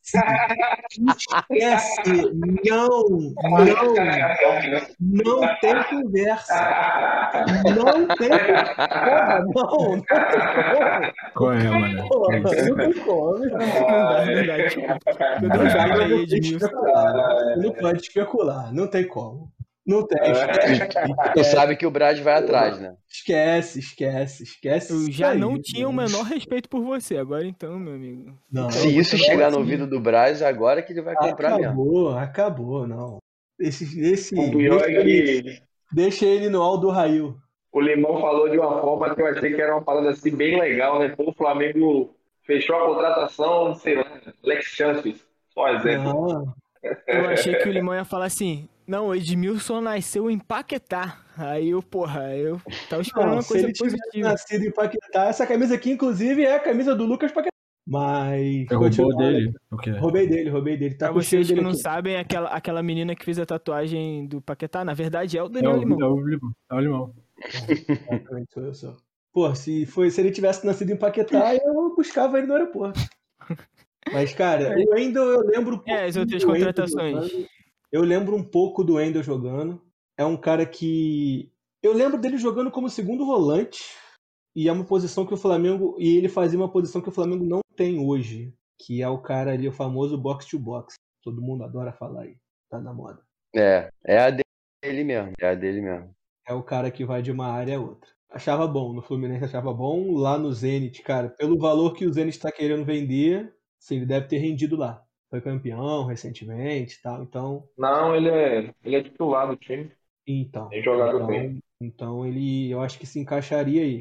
Não tem conversa. Não tem porra, não tem como. Qual é, mano? Porra, não tem como. Não dá, tipo, eu dei um jogo aí, Edmilson. Você não pode especular, não tem como. Não tem, Tu sabe que o Brad vai atrás, né? esquece. Eu já isso aí, não tinha o mano. menor respeito por você, agora então, meu amigo. Não, Se isso chegar no assim, ouvido do Braz, agora que ele vai comprar mesmo. acabou, não. O pior é que Deixa ele no Aldo Rail. o Limão falou de uma forma que eu achei que era uma parada assim bem legal, né? Pô, o Flamengo fechou a contratação, sei lá, Lex Chances, só um exemplo. Não, Eu achei que o Limão ia falar assim, não, o Edmilson nasceu em Paquetá. Aí eu tava esperando não, uma se coisa ele tivesse positiva. nascido em Paquetá, essa camisa aqui, inclusive, é a camisa do Lucas Paquetá. Mas. Você roubou continua. dele? O quê? Roubei dele. Tá Pra com o cheiro vocês que dele não aqui. sabem, aquela menina que fez a tatuagem do Paquetá, na verdade é o É Daniel Limão. o Limão. Exatamente, sou eu. Pô, se ele tivesse nascido em Paquetá, eu buscava ele no aeroporto. Mas, cara, o Wendel, eu lembro um pouco. As outras do Wendel contratações. jogando. Eu lembro um pouco do Wendel jogando. É um cara que. Eu lembro dele jogando como segundo volante. E é uma posição que o Flamengo. E ele fazia uma posição que o Flamengo não tem hoje. Que é o cara ali, o famoso box to box. Todo mundo adora falar aí. Tá na moda. É a dele mesmo. É a dele mesmo. É o cara que vai de uma área a outra. Achava bom, no Fluminense achava bom. Lá no Zenit, cara, pelo valor que o Zenit tá querendo vender, sim, ele deve ter rendido lá. Foi campeão recentemente e tal, então. Não, ele é titular do time. Então. Tem jogado bem. Então ele, eu acho que se encaixaria aí.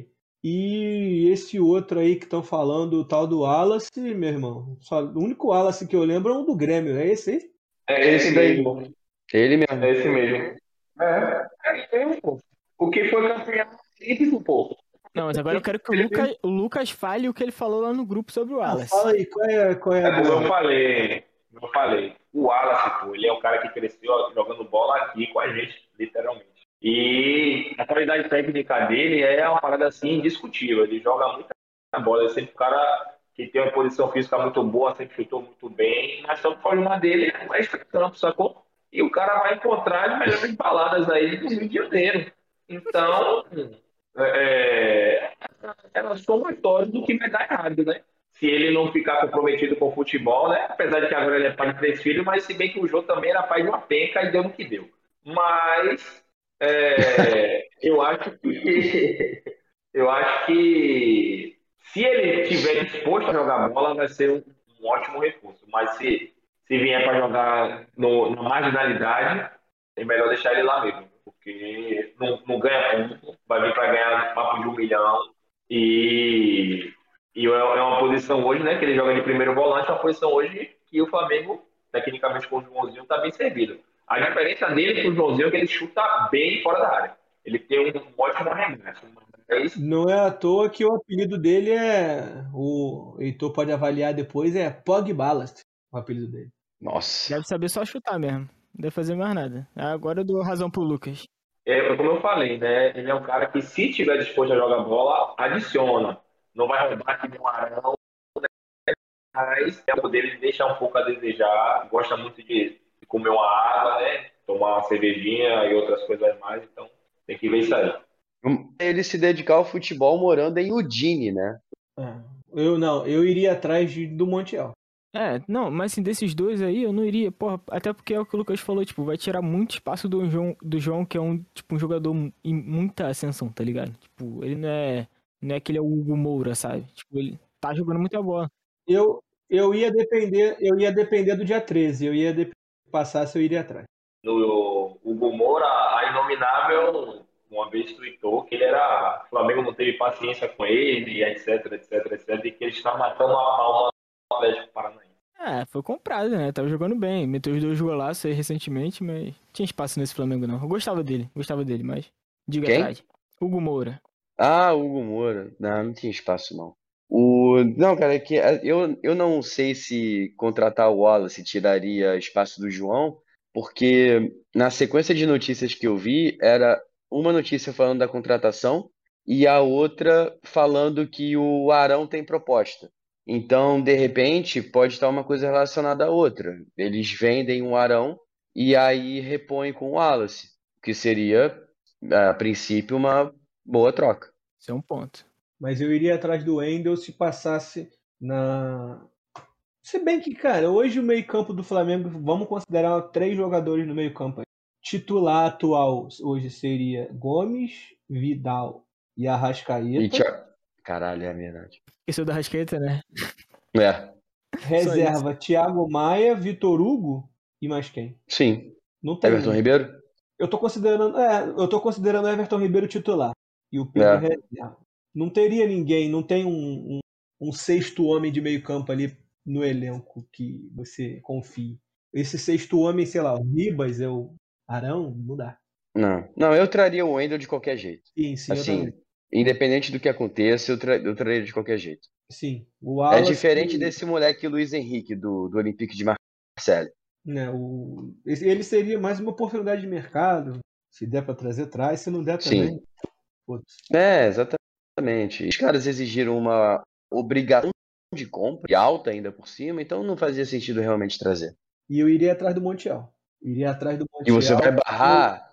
E esse outro aí que estão falando, o tal do Wallace, meu irmão. O único Wallace que eu lembro é o do Grêmio, é esse aí? É esse daí. mesmo. Ele É mesmo. esse mesmo. Pô. O que foi campeão olímpico, pô. Não, mas agora eu quero que o Lucas fale o que ele falou lá no grupo sobre o Wallace. Fala aí, qual é a Como do... eu falei, o Wallace, pô, ele é um cara que cresceu jogando bola aqui com a gente, literalmente. E a qualidade técnica dele é uma parada assim indiscutível. Ele joga muita bola, ele é sempre um cara que tem uma posição física muito boa, sempre chutou muito bem, mas só que o problema dele é o extra-campo, sacou? E o cara vai encontrar as melhores baladas aí do Rio de Janeiro. Então, é, elas são maiores do que vai dar errado, né? Se ele não ficar comprometido com o futebol, né? Apesar de que agora ele é pai de 3 filhos, mas se bem que o Jô também era pai de uma penca e deu no que deu. Mas eu acho que eu acho que se ele estiver disposto a jogar bola, vai ser um ótimo recurso. Mas se vier para jogar na marginalidade, é melhor deixar ele lá mesmo, porque não ganha ponto, vai vir para ganhar papo de 1 milhão e é uma posição hoje, né, que ele joga de primeiro volante, é uma posição hoje que o Flamengo, tecnicamente com o Joãozinho, está bem servido. A diferença dele com o Joãozinho é que ele chuta bem fora da área. Ele tem um ótimo arremesso. Mas Não é à toa que o apelido dele é... O Heitor pode avaliar depois, é Pog Ballast, o apelido dele. Nossa. Deve saber só chutar mesmo. Não deve fazer mais nada. Agora eu dou razão pro Lucas. como eu falei, né? Ele é um cara que, se tiver disposto a jogar bola, adiciona. Não vai roubar que nem um Arão, mas o dele deixa um pouco a desejar. Gosta muito de comer uma água, né? Tomar uma cervejinha e outras coisas mais. Então, tem que ver isso aí. Ele se dedicar ao futebol morando em Udine, né? Eu iria atrás do Montiel. Não, mas assim, desses dois aí eu não iria, porra, até porque é o que o Lucas falou, tipo, vai tirar muito espaço do João, que é um jogador em muita ascensão, tá ligado? Tipo, ele não é aquele Hugo Moura, sabe? Tipo, ele tá jogando muita bola. Eu ia depender do dia 13, passar se eu iria atrás. No Hugo Moura, a Inominável uma vez tweetou que o Flamengo não teve paciência com ele, etc, etc, etc, e que ele está matando a palma do Atlético Paranaense. Foi comprado, né? Tava jogando bem, meteu os 2 golaços aí recentemente, mas tinha espaço nesse Flamengo não. Eu gostava dele, mas diga Quem? atrás. Hugo Moura. Hugo Moura. Não tinha espaço, não. Não, cara, eu não sei se contratar o Wallace tiraria espaço do João, porque na sequência de notícias que eu vi, era uma notícia falando da contratação e a outra falando que o Arão tem proposta. Então, de repente, pode estar uma coisa relacionada à outra. Eles vendem o Arão e aí repõem com o Wallace, que seria, a princípio, uma boa troca. Isso é um ponto. Mas eu iria atrás do Wendel se passasse na... Se bem que, cara, hoje o meio-campo do Flamengo, vamos considerar 3 jogadores no meio-campo. Titular atual hoje seria Gomes, Vidal e Arrascaeta. Caralho, é verdade. Esse é o da Arrascaeta, né? Reserva Thiago Maia, Vitor Hugo e mais quem? Sim. Não tem. Everton Ribeiro? Eu tô considerando Everton Ribeiro titular e o Pedro reserva. Não teria ninguém, não tem um sexto homem de meio campo ali no elenco que você confie. Esse sexto homem, sei lá, o Ribas, o Arão, não dá. Não, eu traria o Wendel de qualquer jeito. Sim, assim, independente do que aconteça, eu traria de qualquer jeito. Sim. O Wallace, é diferente desse moleque Luiz Henrique, do Olympique de Marseille. Ele seria mais uma oportunidade de mercado. Se der pra trazer, traz. Se não der também. Exatamente. Os caras exigiram uma obrigação de compra alta ainda por cima, então não fazia sentido realmente trazer. E eu iria atrás do Montiel. E você vai barrar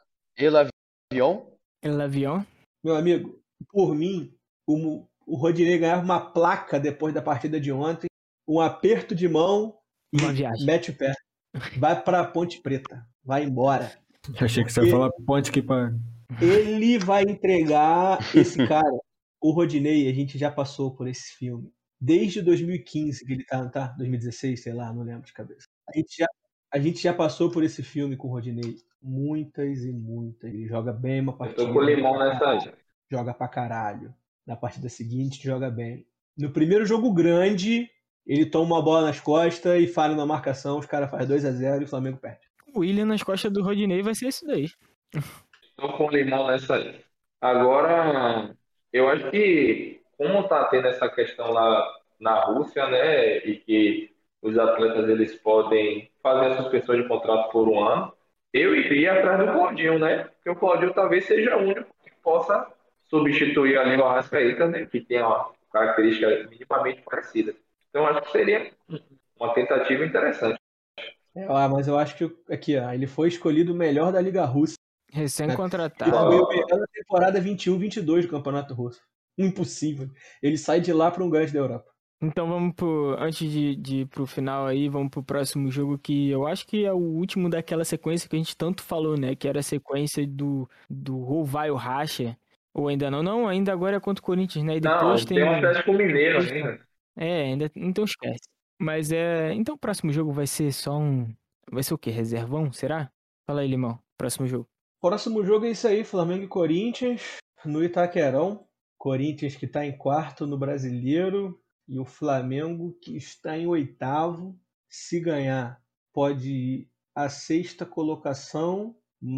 El Avion? Meu amigo, por mim, o Rodinei ganhava uma placa depois da partida de ontem, um aperto de mão e uma viagem. Mete o pé. Vai pra Ponte Preta. Vai embora. Eu achei que você ia falar Ponte que para. Ele vai entregar esse cara. O Rodinei, a gente já passou por esse filme. Desde 2015 que ele tá? 2016, sei lá, não lembro de cabeça. A gente já passou por esse filme com o Rodinei. Muitas e muitas. Ele joga bem uma partida. Eu tô com limão nessa aí. Joga pra caralho. Na partida seguinte, joga bem. No primeiro jogo grande, ele toma uma bola nas costas e falha na marcação, os caras fazem 2-0 e o Flamengo perde. O William nas costas do Rodinei vai ser isso daí. Tô com limão nessa aí. Agora, eu acho que, como tá tendo essa questão lá na Rússia, né, e que os atletas eles podem fazer a suspensão de contrato por um ano, eu iria atrás do Claudinho, né? Porque o Claudinho talvez seja o único que possa substituir ali o Arrascaeta, né, que tem uma característica minimamente parecida. Então, acho que seria uma tentativa interessante. Mas eu acho que aqui, ó, ele foi escolhido o melhor da Liga Russa. Ele Recém-contratado. foi o melhor da temporada 21-22 do Campeonato Russo. Impossível. Ele sai de lá para um grande da Europa. Então vamos antes de ir pro final aí, vamos pro próximo jogo que eu acho que é o último daquela sequência que a gente tanto falou, né? Que era a sequência do ou vai o racha, ou ainda não. Não, ainda agora é contra o Corinthians, né? E depois Não, tem um Atlético Mineiro ainda. ainda, então esquece. Mas então o próximo jogo vai ser vai ser o quê? Reservão, será? Fala aí, Limão, próximo jogo. Próximo jogo é isso aí, Flamengo e Corinthians, no Itaquerão. Corinthians que está em quarto no Brasileiro e o Flamengo que está em oitavo. Se ganhar, pode ir à sexta colocação,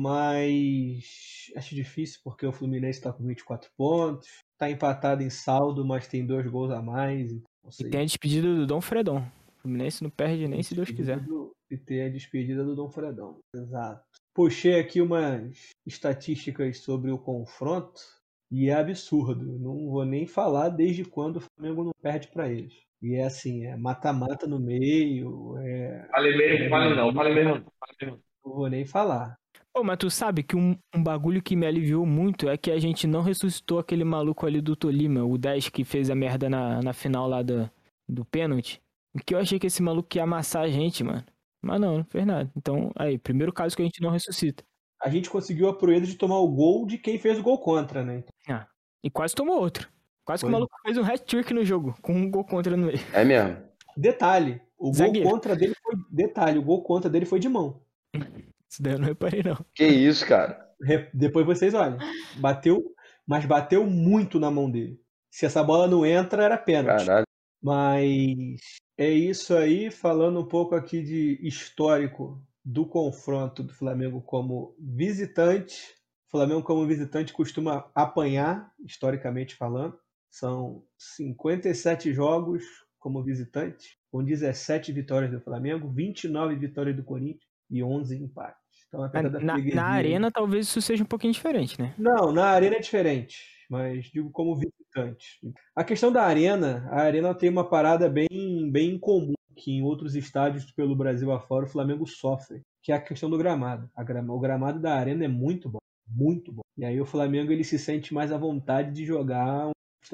mas acho difícil porque o Fluminense está com 24 pontos. Está empatado em saldo, mas tem 2 gols a mais. Então, não sei. E tem a despedida do Dom Fredon. O Fluminense não perde nem se Deus quiser. E tem a despedida do Dom Fredão. Exato. Puxei aqui umas estatísticas sobre o confronto e é absurdo. Não vou nem falar desde quando o Flamengo não perde para eles. E é assim, é mata-mata no meio. Fale mesmo, não. Não vou nem falar. Pô, mas tu sabe que um bagulho que me aliviou muito é que a gente não ressuscitou aquele maluco ali do Tolima, o 10 que fez a merda na final lá do pênalti. Que eu achei que esse maluco ia amassar a gente, mano. Mas não fez nada. Então, aí, primeiro caso que a gente não ressuscita. A gente conseguiu a proeza de tomar o gol de quem fez o gol contra, né? E quase tomou outro. Quase que o maluco fez um hat-trick no jogo, com um gol contra no meio. É mesmo. Detalhe, o Zagueiro. gol contra dele foi de mão. Isso daí eu não reparei, não. Que isso, cara? Depois vocês olhem. Bateu muito na mão dele. Se essa bola não entra, era pênalti. Caralho. Mas é isso aí, falando um pouco aqui de histórico do confronto do Flamengo como visitante. O Flamengo como visitante costuma apanhar, historicamente falando. São 57 jogos como visitante, com 17 vitórias do Flamengo, 29 vitórias do Corinthians e 11 empates. Então, na arena talvez isso seja um pouquinho diferente, né? Não, na arena é diferente, mas digo como visitante. A questão da arena, a arena tem uma parada bem incomum, que em outros estádios pelo Brasil afora o Flamengo sofre, que é a questão do gramado. O gramado da arena é muito bom, muito bom. E aí o Flamengo ele se sente mais à vontade de jogar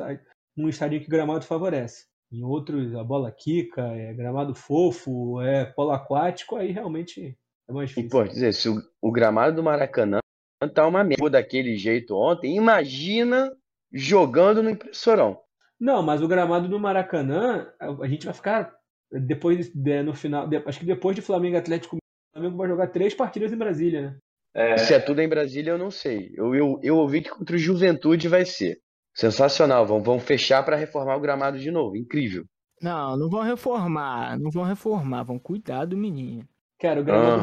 um estádio que o gramado favorece. Em outros, a bola quica, é gramado fofo, é polo aquático, aí realmente é mais difícil. E, pô, dizer, se o gramado do Maracanã tá uma merda daquele jeito ontem, imagina jogando no impressorão. Não, mas o gramado do Maracanã, a gente vai ficar depois, no final, acho que depois de Flamengo e Atlético, o Flamengo vai jogar 3 partidas em Brasília, né? Se é tudo em Brasília, eu não sei. Eu ouvi que contra o Juventude vai ser sensacional. Vão fechar para reformar o gramado de novo. Incrível. Não vão reformar, vão cuidar do menino. Cara, o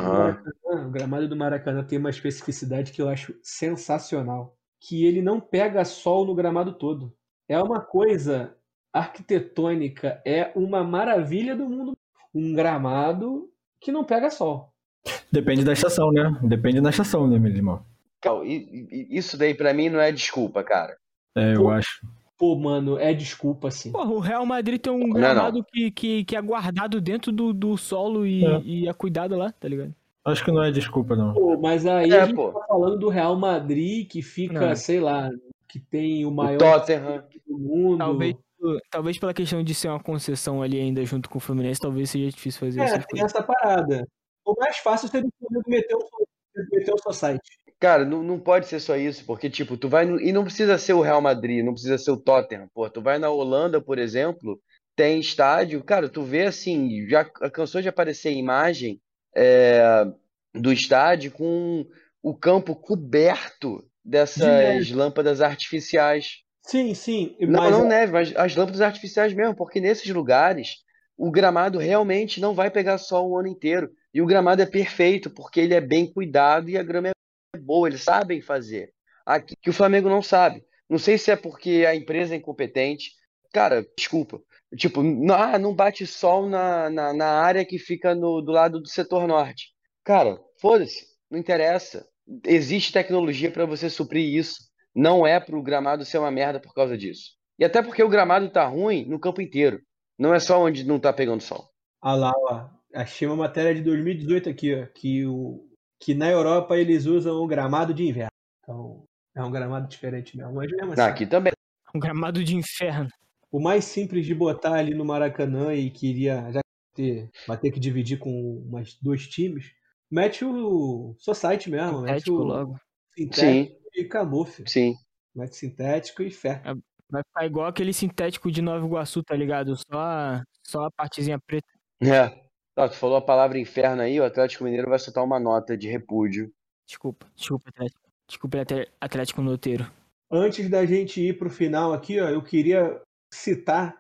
gramado do Maracanã tem uma especificidade que eu acho sensacional, que ele não pega sol no gramado todo. É uma coisa arquitetônica, é uma maravilha do mundo. Um gramado que não pega sol. Depende da estação, né? Depende da estação, né, meu irmão? Isso daí pra mim não é desculpa, cara. Eu acho. Pô, mano, é desculpa, sim. Porra, o Real Madrid tem um gramado que é guardado dentro do solo e é cuidado lá, tá ligado? Acho que não é desculpa, não. Pô, mas aí a gente tá falando do Real Madrid, que fica, sei lá, que tem o maior Tottenham do mundo. Talvez pela questão de ser uma concessão ali ainda junto com o Fluminense, talvez seja difícil fazer essa coisa. Tem essa parada. O mais fácil seria o Flamengo meter o seu site. Cara, não pode ser só isso, porque, tipo, tu vai... E não precisa ser o Real Madrid, não precisa ser o Tottenham, pô. Tu vai na Holanda, por exemplo, tem estádio... Cara, tu vê, assim, já cansou de aparecer imagem do estádio com o campo coberto dessas lâmpadas artificiais. Sim, Não, mas não neve, mas as lâmpadas artificiais mesmo, porque nesses lugares o gramado realmente não vai pegar sol o ano inteiro. E o gramado é perfeito, porque ele é bem cuidado e a grama é boa, eles sabem fazer. Aqui que o Flamengo não sabe. Não sei se é porque a empresa é incompetente. Cara, desculpa. Tipo, não bate sol na área que fica do lado do setor norte. Cara, foda-se, não interessa. Existe tecnologia para você suprir isso. Não é pro gramado ser uma merda por causa disso. E até porque o gramado tá ruim no campo inteiro. Não é só onde não tá pegando sol. olha lá, ó, achei uma matéria de 2018 aqui, ó, que na Europa eles usam o gramado de inverno. Então, é um gramado diferente mesmo. Mas mesmo assim, Aqui também. Um gramado de inferno. o mais simples de botar ali no Maracanã e queria já vai ter que dividir com umas 2 times, mete o Society mesmo, mete Sintético o logo. sintético e acabou, filho. Sim. Mete sintético e fé. Vai ficar igual aquele sintético de Nova Iguaçu, tá ligado? Só a partezinha preta. É. Ó, tu falou a palavra inferno aí, o Atlético Mineiro vai soltar uma nota de repúdio. Desculpa, Atlético. Desculpa, Atlético Noteiro. Antes da gente ir pro final aqui, ó, eu queria citar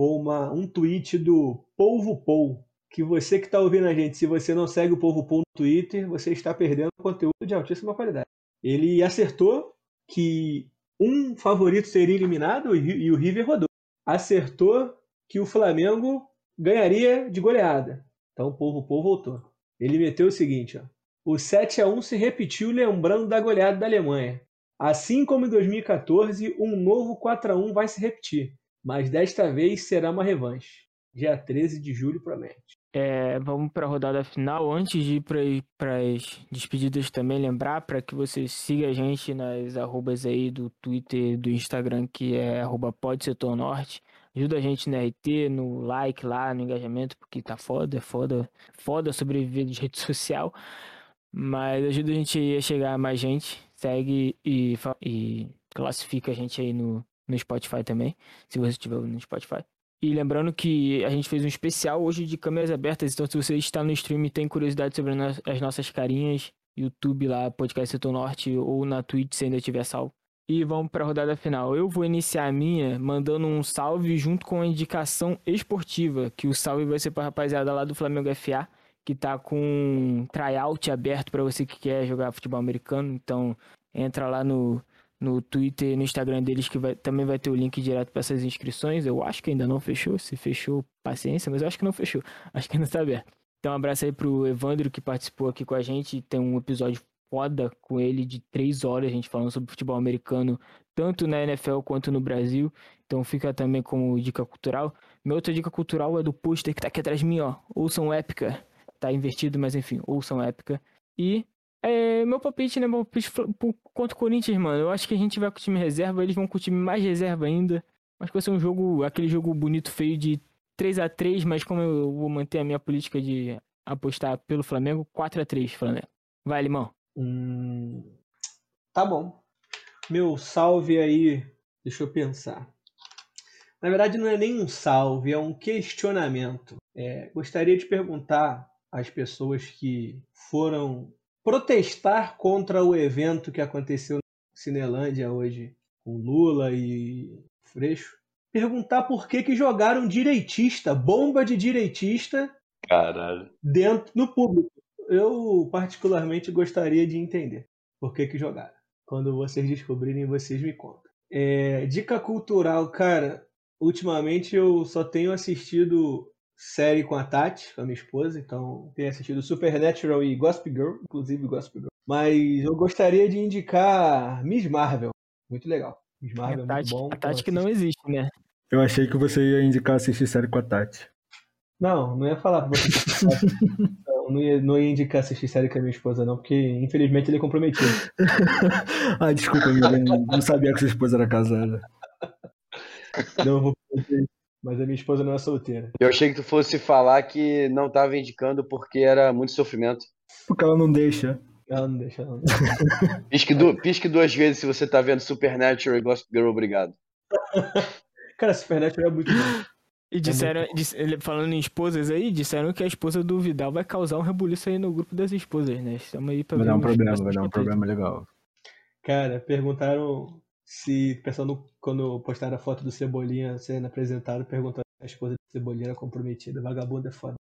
um tweet do Polvo Pou, que você que está ouvindo a gente, se você não segue o Polvo Pou no Twitter, você está perdendo conteúdo de altíssima qualidade. Ele acertou que um favorito seria eliminado e o River rodou. Acertou que o Flamengo ganharia de goleada. Então o Polvo Pou voltou. Ele meteu o seguinte, ó. O 7-1 se repetiu lembrando da goleada da Alemanha. Assim como em 2014, um novo 4-1 vai se repetir, mas desta vez será uma revanche. Dia 13 de julho promete. Vamos para a rodada final. Antes de ir para as despedidas também, lembrar para que você siga a gente nas arrobas aí do Twitter, do Instagram, que é @podsetornorte. Ajuda a gente no RT, no like lá, no engajamento, porque tá foda sobreviver de rede social. Mas ajuda a gente a chegar a mais gente. Segue e classifica a gente aí no Spotify também, se você estiver no Spotify. E lembrando que a gente fez um especial hoje de câmeras abertas, então se você está no stream e tem curiosidade sobre as nossas carinhas, YouTube lá, Podcast Setor Norte, ou na Twitch se ainda tiver salvo. E vamos para a rodada final. Eu vou iniciar a minha mandando um salve junto com a indicação esportiva, que o salve vai ser para a rapaziada lá do Flamengo FA, que tá com um tryout aberto para você que quer jogar futebol americano. Então entra lá no Twitter e no Instagram deles, que também vai ter o link direto para essas inscrições. Eu acho que ainda não fechou. Se fechou, paciência, mas eu acho que não fechou. Acho que ainda tá aberto. Então um abraço aí pro Evandro, que participou aqui com a gente. Tem um episódio foda com ele de 3 horas, a gente falando sobre futebol americano, tanto na NFL quanto no Brasil. Então fica também como dica cultural. Minha outra dica cultural é do pôster que tá aqui atrás de mim, ó. Ouçam Épica. Tá invertido, mas enfim, ouçam Épica. E meu palpite, né? Meu palpite contra o Corinthians, mano. Eu acho que a gente vai com o time reserva, eles vão com o time mais reserva ainda. Acho que vai ser um jogo, aquele jogo bonito, feio de 3-3, mas como eu vou manter a minha política de apostar pelo Flamengo, 4-3, Flamengo. Vai, Limão. Tá bom. Meu salve aí, deixa eu pensar. Na verdade, não é nem um salve, é um questionamento. Gostaria de perguntar às pessoas que foram protestar contra o evento que aconteceu na Cinelândia hoje, com Lula e Freixo, perguntar por que jogaram direitista, bomba de direitista, Caralho. dentro no público. Eu particularmente gostaria de entender por que jogaram. Quando vocês descobrirem, vocês me contam. Dica cultural, cara. Ultimamente eu só tenho assistido série com a Tati, com a minha esposa, então tenho assistido Supernatural e Gossip Girl, inclusive Gossip Girl. Mas eu gostaria de indicar Miss Marvel, muito legal. Miss Marvel é muito bom. A Tati que não existe, né? Eu achei que você ia indicar assistir série com a Tati. Não ia falar pra você. Não ia indicar assistir série com a minha esposa, não, porque infelizmente ele é comprometido. Desculpa, eu não sabia que sua esposa era casada. Não vou fazer, mas a minha esposa não é solteira. Eu achei que tu fosse falar que não tava indicando porque era muito sofrimento. Porque ela não deixa. Ela não deixa, não. Pisque 2 vezes se você tá vendo Supernatural e Gossip Girl, obrigado. Cara, Supernatural é muito bom. E disseram, falando em esposas aí, disseram que a esposa do Vidal vai causar um rebuliço aí no grupo das esposas, né? Estamos aí pra vai dar um problema legal. Cara, perguntaram se o pessoal, quando postaram a foto do Cebolinha sendo apresentado, perguntando se a esposa do Cebolinha era comprometida. Vagabundo é foda.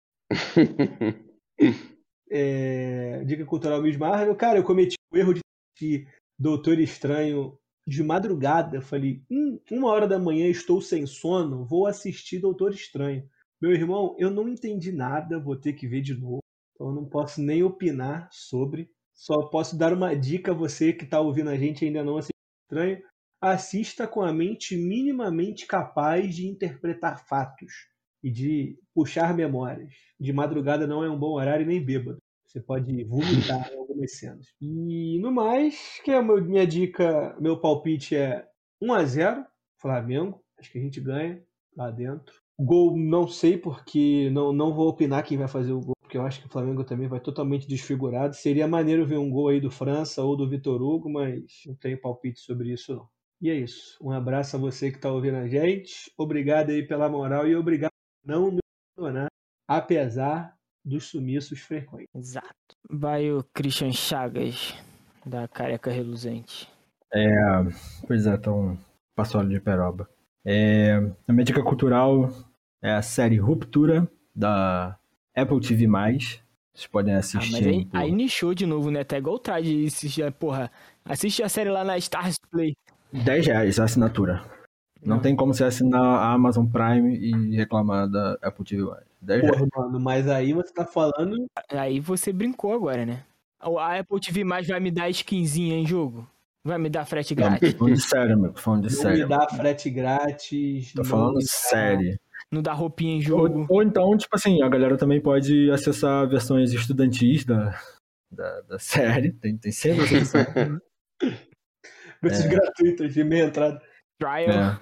Dica cultural Miss Marvel. Cara, eu cometi o erro de assistir Doutor Estranho de madrugada. Eu falei, 1h da manhã estou sem sono, vou assistir Doutor Estranho. Meu irmão, eu não entendi nada, vou ter que ver de novo. Então eu não posso nem opinar sobre. Só posso dar uma dica a você que está ouvindo a gente e ainda não assistiu Estranho. Assista com a mente minimamente capaz de interpretar fatos e de puxar memórias. De madrugada não é um bom horário nem bêbado. Você pode vomitar em algumas cenas. E no mais, que é minha dica, meu palpite é 1-0, Flamengo. Acho que a gente ganha lá dentro. Gol não sei, porque não vou opinar quem vai fazer o gol, porque eu acho que o Flamengo também vai totalmente desfigurado. Seria maneiro ver um gol aí do França ou do Vitor Hugo, mas não tenho palpite sobre isso não. E é isso. Um abraço a você que está ouvindo a gente. Obrigado aí pela moral e obrigado por não me abandonar, apesar dos sumiços frequentes. Exato. Vai o Christian Chagas, da Careca Reluzente. Pois é, então, passou de peroba. A minha dica cultural é a série Ruptura, da Apple TV+. Vocês podem assistir. Mas aí nichou de novo, né? Tá igual o Trade. Porra, assiste a série lá na Stars Play. R$10 a assinatura. Não tem como você assinar a Amazon Prime e reclamar da Apple TV+. R$10. Porra, mano, mas aí você tá falando... Aí você brincou agora, né? A Apple TV+, vai me dar skinzinha em jogo? Vai me dar frete grátis? Falando de sério, meu. Falando de sério. Não me dá frete grátis. Tô falando sério. Não dá roupinha em jogo. Ou então, tipo assim, a galera também pode acessar versões estudantis da série. Tem sempre essa versão. Versões gratuitas, de meia entrada. Trial.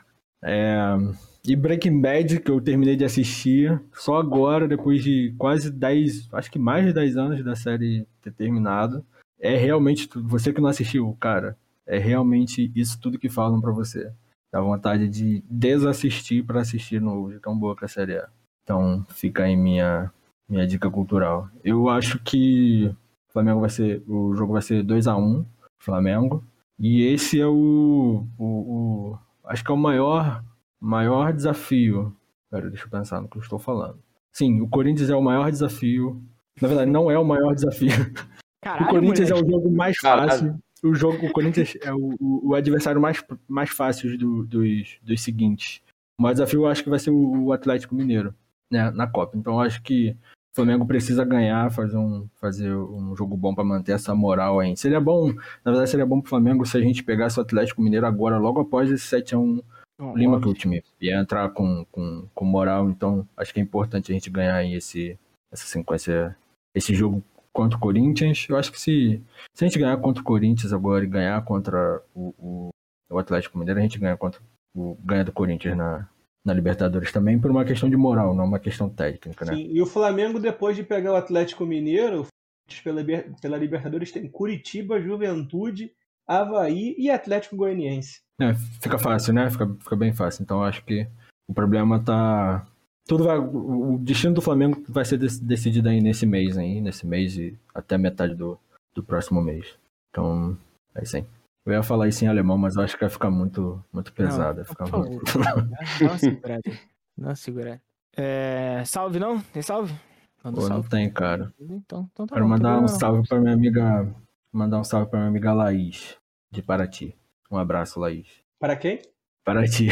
E Breaking Bad, que eu terminei de assistir só agora, depois de quase 10, acho que mais de 10 anos da série ter terminado. É realmente, você que não assistiu, cara, é realmente isso tudo que falam pra você. Dá vontade de desassistir pra assistir novo, de tão boa que a série é. Então, fica aí minha dica cultural. Eu acho que o jogo vai ser 2-1, Flamengo. E esse é acho que é o maior desafio. Pera, deixa eu pensar no que eu estou falando. Sim, o Corinthians é o maior desafio. Na verdade, não é o maior desafio. Caralho, o Corinthians moleque. é o jogo mais fácil. O Corinthians é o adversário mais fácil dos seguintes. O maior desafio eu acho que vai ser o Atlético Mineiro, né, na Copa. Então eu acho que o Flamengo precisa ganhar, fazer um jogo bom para manter essa moral aí. Seria bom, na verdade seria bom pro Flamengo se a gente pegasse o Atlético Mineiro agora, logo após esse 7-1 Lima, que o time ia entrar com moral. Então acho que é importante a gente ganhar aí essa sequência, esse jogo contra o Corinthians. Eu acho que se a gente ganhar contra o Corinthians agora e ganhar contra o Atlético Mineiro, a gente ganha do Corinthians na Libertadores também, por uma questão de moral, não uma questão técnica, né? Sim, e o Flamengo, depois de pegar o Atlético Mineiro, pela Libertadores tem Curitiba, Juventude, Avaí e Atlético Goianiense. Fica fácil, né? Fica bem fácil. Então acho que o problema tá... O destino do Flamengo vai ser decidido aí nesse mês e até metade do próximo mês. Então, é isso aí. Eu ia falar isso em alemão, mas eu acho que vai ficar muito, muito pesado. Dá uma segurada. Dá uma segurada. Salve não? Tem salve? Manda um salve. Não tem, cara. Então tá Quero mandar um salve pra minha amiga. Mandar um salve pra minha amiga Laís, de Paraty. Um abraço, Laís. Para quem? Paraty.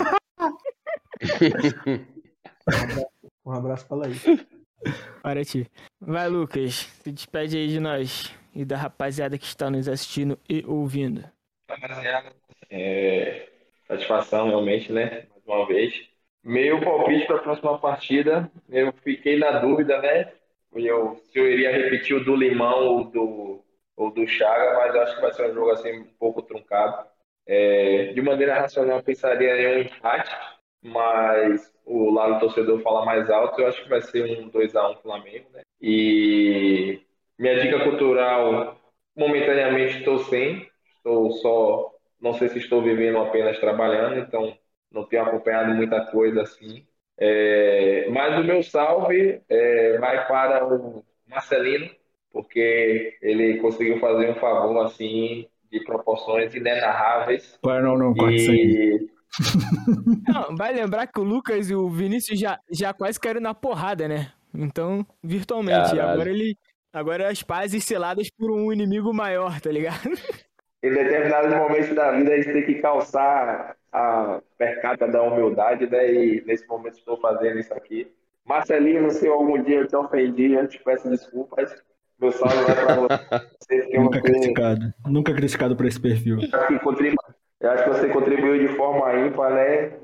Um abraço pra Laís. Paraty. Vai, Lucas. Se despede aí de nós e da rapaziada que está nos assistindo e ouvindo. Rapaziada, satisfação realmente, né? Mais uma vez. Meu palpite para a próxima partida, eu fiquei na dúvida, né? Se eu iria repetir o do Limão ou do Chaga, mas eu acho que vai ser um jogo assim um pouco truncado. De maneira racional, eu pensaria em um empate, mas o lado do torcedor fala mais alto, eu acho que vai ser um 2-1 Flamengo, né? E minha dica cultural, momentaneamente estou só, não sei se estou vivendo ou apenas trabalhando, então não tenho acompanhado muita coisa assim. Mas o meu salve vai para o Marcelino, porque ele conseguiu fazer um favor assim de proporções inenarráveis. Não, corta isso aí. E Não, vai lembrar que o Lucas e o Vinícius já quase caíram na porrada, né? Então, virtualmente. Caralho. Agora as pazes seladas por um inimigo maior, tá ligado? em determinados momentos da vida a gente tem que calçar a percata da humildade, né? E nesse momento estou fazendo isso aqui. Marcelinho, se algum dia eu te ofendi, eu te peço desculpas. Meu salve vai para você, porque Nunca você criticado. Nunca criticado por esse perfil. eu acho que você contribuiu de forma ímpar, né?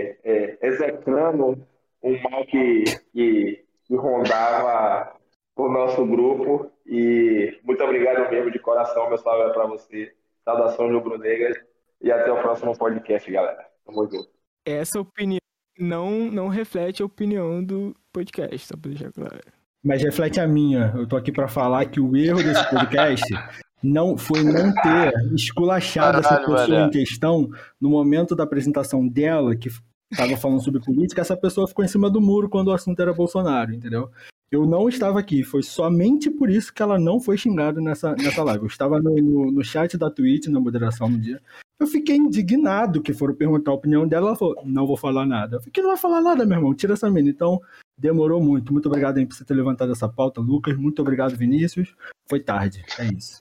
Execrando um mal que rondava o nosso grupo. E muito obrigado mesmo, de coração. Meu salve é para você. Saudações rubro-negras. E até o próximo podcast, galera. Tamo junto. Essa opinião não reflete a opinião do podcast, só pra deixar claro. Mas reflete a minha. Eu tô aqui pra falar que o erro desse podcast foi não ter esculachado essa Caralho, pessoa mané. em questão no momento da apresentação dela, que estava falando sobre política. Essa pessoa ficou em cima do muro quando o assunto era Bolsonaro, entendeu? Eu não estava aqui, foi somente por isso que ela não foi xingada nessa live. Eu estava no chat da Twitch, na moderação no dia. Eu fiquei indignado que foram perguntar a opinião dela. Ela falou, não vou falar nada. Eu fiquei, não vai falar nada, meu irmão, tira essa mina. Então, demorou muito. Muito obrigado aí por você ter levantado essa pauta, Lucas. Muito obrigado, Vinícius. Foi tarde, é isso.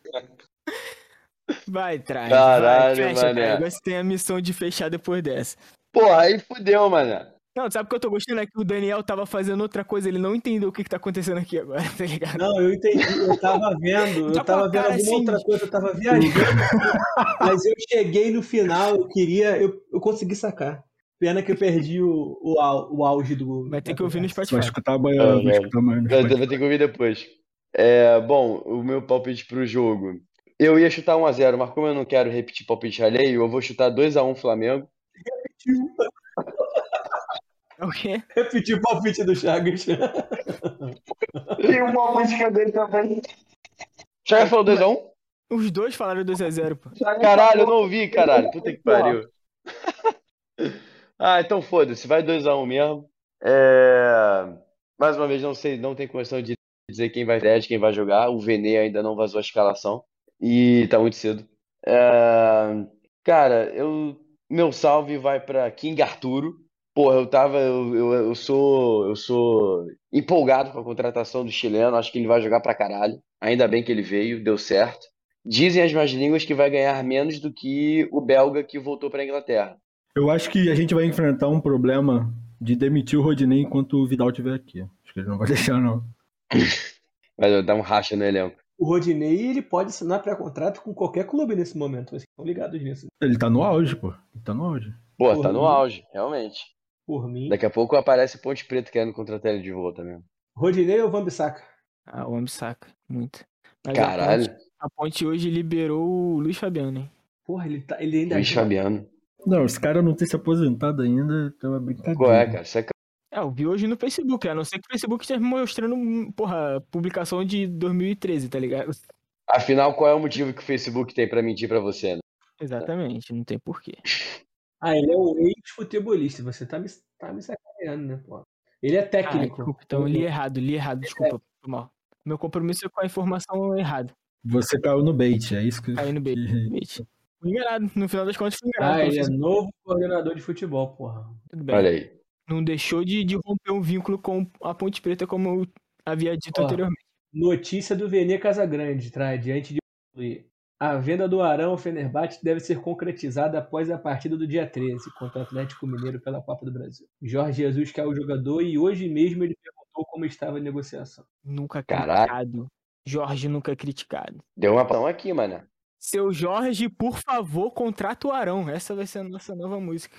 Vai, Traz. Caralho, vai, fecha, mané. cara. Agora você tem a missão de fechar depois dessa. Porra, aí fudeu, mané. Não, sabe o que eu tô gostando? É que o Daniel tava fazendo outra coisa, ele não entendeu o que tá acontecendo aqui agora, tá ligado? Não, eu entendi, eu tava vendo Tá com a alguma cara assim, outra coisa, eu tava viajando, mas eu cheguei no final, eu consegui sacar. Pena que eu perdi o auge do... Vai ter que ouvir no Vai Spotify. escutar amanhã, vai escutar amanhã no Spotify. Vai ter que ouvir depois. Bom, o meu palpite pro jogo. Eu ia chutar 1-0, mas como eu não quero repetir palpite alheio, eu vou chutar 2-1 Flamengo. É o quê? Repetir o palpite do Chagas. E o palpite que eu dei também. Já falou 2-1? Os dois falaram 2x0, pô. Caralho, eu não ouvi, caralho. Puta que pariu. Então foda-se, vai 2-1 mesmo. Mais uma vez, não sei, não tem condição de dizer quem vai ter, quem vai jogar. O Vene ainda não vazou a escalação. E tá muito cedo. Cara, meu salve vai pra King Arturo. Porra, eu sou empolgado com a contratação do chileno. Acho que ele vai jogar pra caralho. Ainda bem que ele veio, deu certo. Dizem as más línguas que vai ganhar menos do que o belga que voltou pra Inglaterra. Eu acho que a gente vai enfrentar um problema de demitir o Rodinei enquanto o Vidal estiver aqui. Acho que ele não vai deixar, não. Vai dar um racha no elenco. O Rodinei, ele pode assinar pré-contrato com qualquer clube nesse momento. Vocês estão ligados nisso. Ele tá no auge, pô. Ele tá no auge. Pô, Por tá no mim. auge, realmente. Por mim. Daqui a pouco aparece Ponte Preta querendo contratar ele de volta mesmo. Rodinei ou Wan-Bissaka? Ah, o homem saca. Muito. Mas Caralho, A Ponte hoje liberou o Luiz Fabiano, hein? Porra, ele ainda Luiz joga. Fabiano. Não, esse cara não ter se aposentado ainda, então é brincadeira. Qual é, cara? Isso é Eu vi hoje no Facebook, a não ser que o Facebook esteja mostrando, porra, publicação de 2013, tá ligado? Afinal, qual é o motivo que o Facebook tem pra mentir pra você, né? Exatamente, não tem porquê. Ele é o ex-futebolista. Você tá me sacaneando, né, pô? Ele é Ah, técnico. desculpa, então li errado, desculpa, foi mal. Meu compromisso é com a informação errada. Você caiu no bait, é isso que... Caiu no bait. Fui enganado, no final das contas fui Ah, enganado. ele é novo coordenador de futebol, porra. Tudo bem. Olha aí. Não deixou de romper um vínculo com a Ponte Preta, como eu havia dito Ó, anteriormente. Notícia do Vene Casagrande, diante de concluir. A venda do Arão ao Fenerbahçe deve ser concretizada após a partida do dia 13 contra o Atlético Mineiro pela Copa do Brasil. Jorge Jesus quer o jogador e hoje mesmo ele perguntou como estava a negociação. Nunca Caralho. criticado. Jorge nunca criticado. Deu uma pão aqui, mano. Seu Jorge, por favor, contrata o Arão. Essa vai ser a nossa nova música.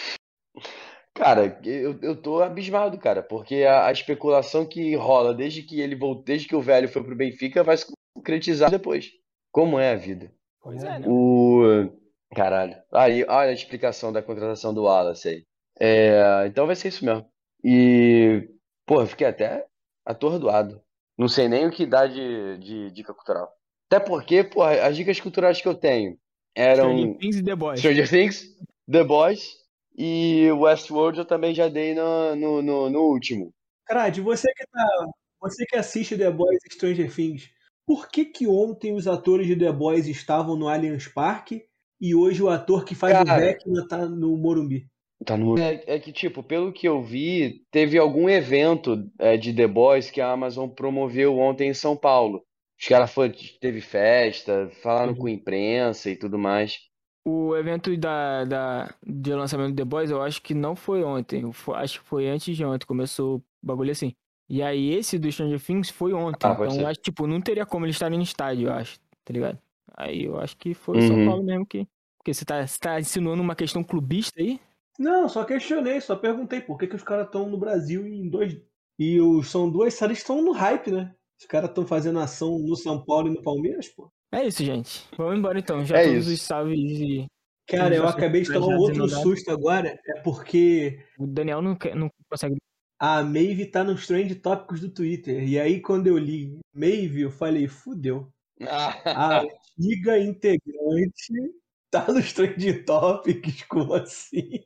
Cara, eu tô abismado, cara, porque a especulação que rola desde que o velho foi pro Benfica vai se concretizar depois. Como é a vida? Pois é, né? Caralho. Aí, olha a explicação da contratação do Wallace aí. Então vai ser isso mesmo. E, porra, fiquei até atordoado. Não sei nem o que dá de dica cultural. Até porque, porra, as dicas culturais que eu tenho eram Stranger Things e The Boys. Stranger Things, The Boys e Westworld eu também já dei no último. Crad, você que assiste The Boys e Stranger Things, por que ontem os atores de The Boys estavam no Allianz Parque e hoje o ator que faz o Cara. Vecna tá no Morumbi? Tá no... É que, tipo, pelo que eu vi, teve algum evento de The Boys que a Amazon promoveu ontem em São Paulo. Os caras teve festa, falaram com imprensa e tudo mais. O evento de lançamento do The Boys, eu acho que não foi ontem. Acho que foi antes de ontem. Começou o bagulho assim. E aí, esse do Stranger Things foi ontem. Ah, pode Então, eu ser. acho que, tipo, não teria como eles estarem no estádio, eu acho. Tá ligado? Aí, eu acho que foi o São Uhum. Paulo mesmo que... Porque você tá insinuando uma questão clubista aí? Não, só questionei, só perguntei por que os caras estão no Brasil em dois. São duas séries que estão no hype, né? Os caras estão fazendo ação no São Paulo e no Palmeiras, pô. É isso, gente. Vamos embora então. Já É todos isso. os salves e... Cara, eu Nossos acabei de tomar um projetos outro inundados. susto agora, é porque O Daniel não consegue... a Maeve tá nos trend tópicos do Twitter. E aí, quando eu li Maeve, eu falei, fudeu. A antiga integrante tá nos trend topics, como assim?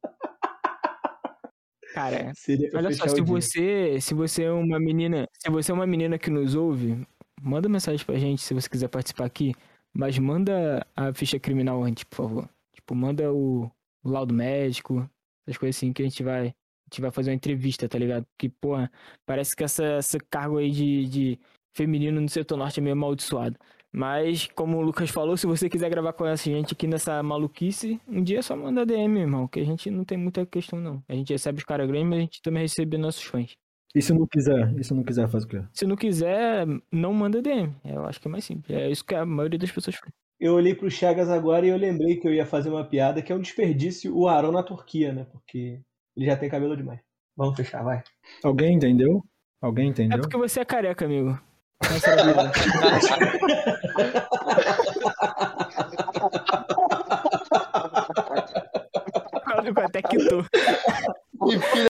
Cara, Seria pra olha só, fechar o dia. se você é uma menina que nos ouve, manda mensagem pra gente se você quiser participar aqui, mas manda a ficha criminal antes, por favor. Tipo, manda o laudo médico, essas coisas assim que a gente vai fazer uma entrevista, tá ligado? Porque, porra, parece que esse cargo aí de feminino no setor norte é meio amaldiçoado. Mas, como o Lucas falou, se você quiser gravar com a gente aqui nessa maluquice, um dia é só manda DM, irmão, que a gente não tem muita questão, não. A gente recebe os caras grandes, mas a gente também recebe nossos fãs. E se não quiser, faz o quê? Se não quiser, não manda DM. Eu acho que é mais simples. É isso que a maioria das pessoas faz. Eu olhei pro Chagas agora e eu lembrei que eu ia fazer uma piada que é um desperdício o Arão na Turquia, né? Porque ele já tem cabelo demais. Vamos fechar, vai. Alguém entendeu? É porque você é careca, amigo. Essa era a piada. Até quitou.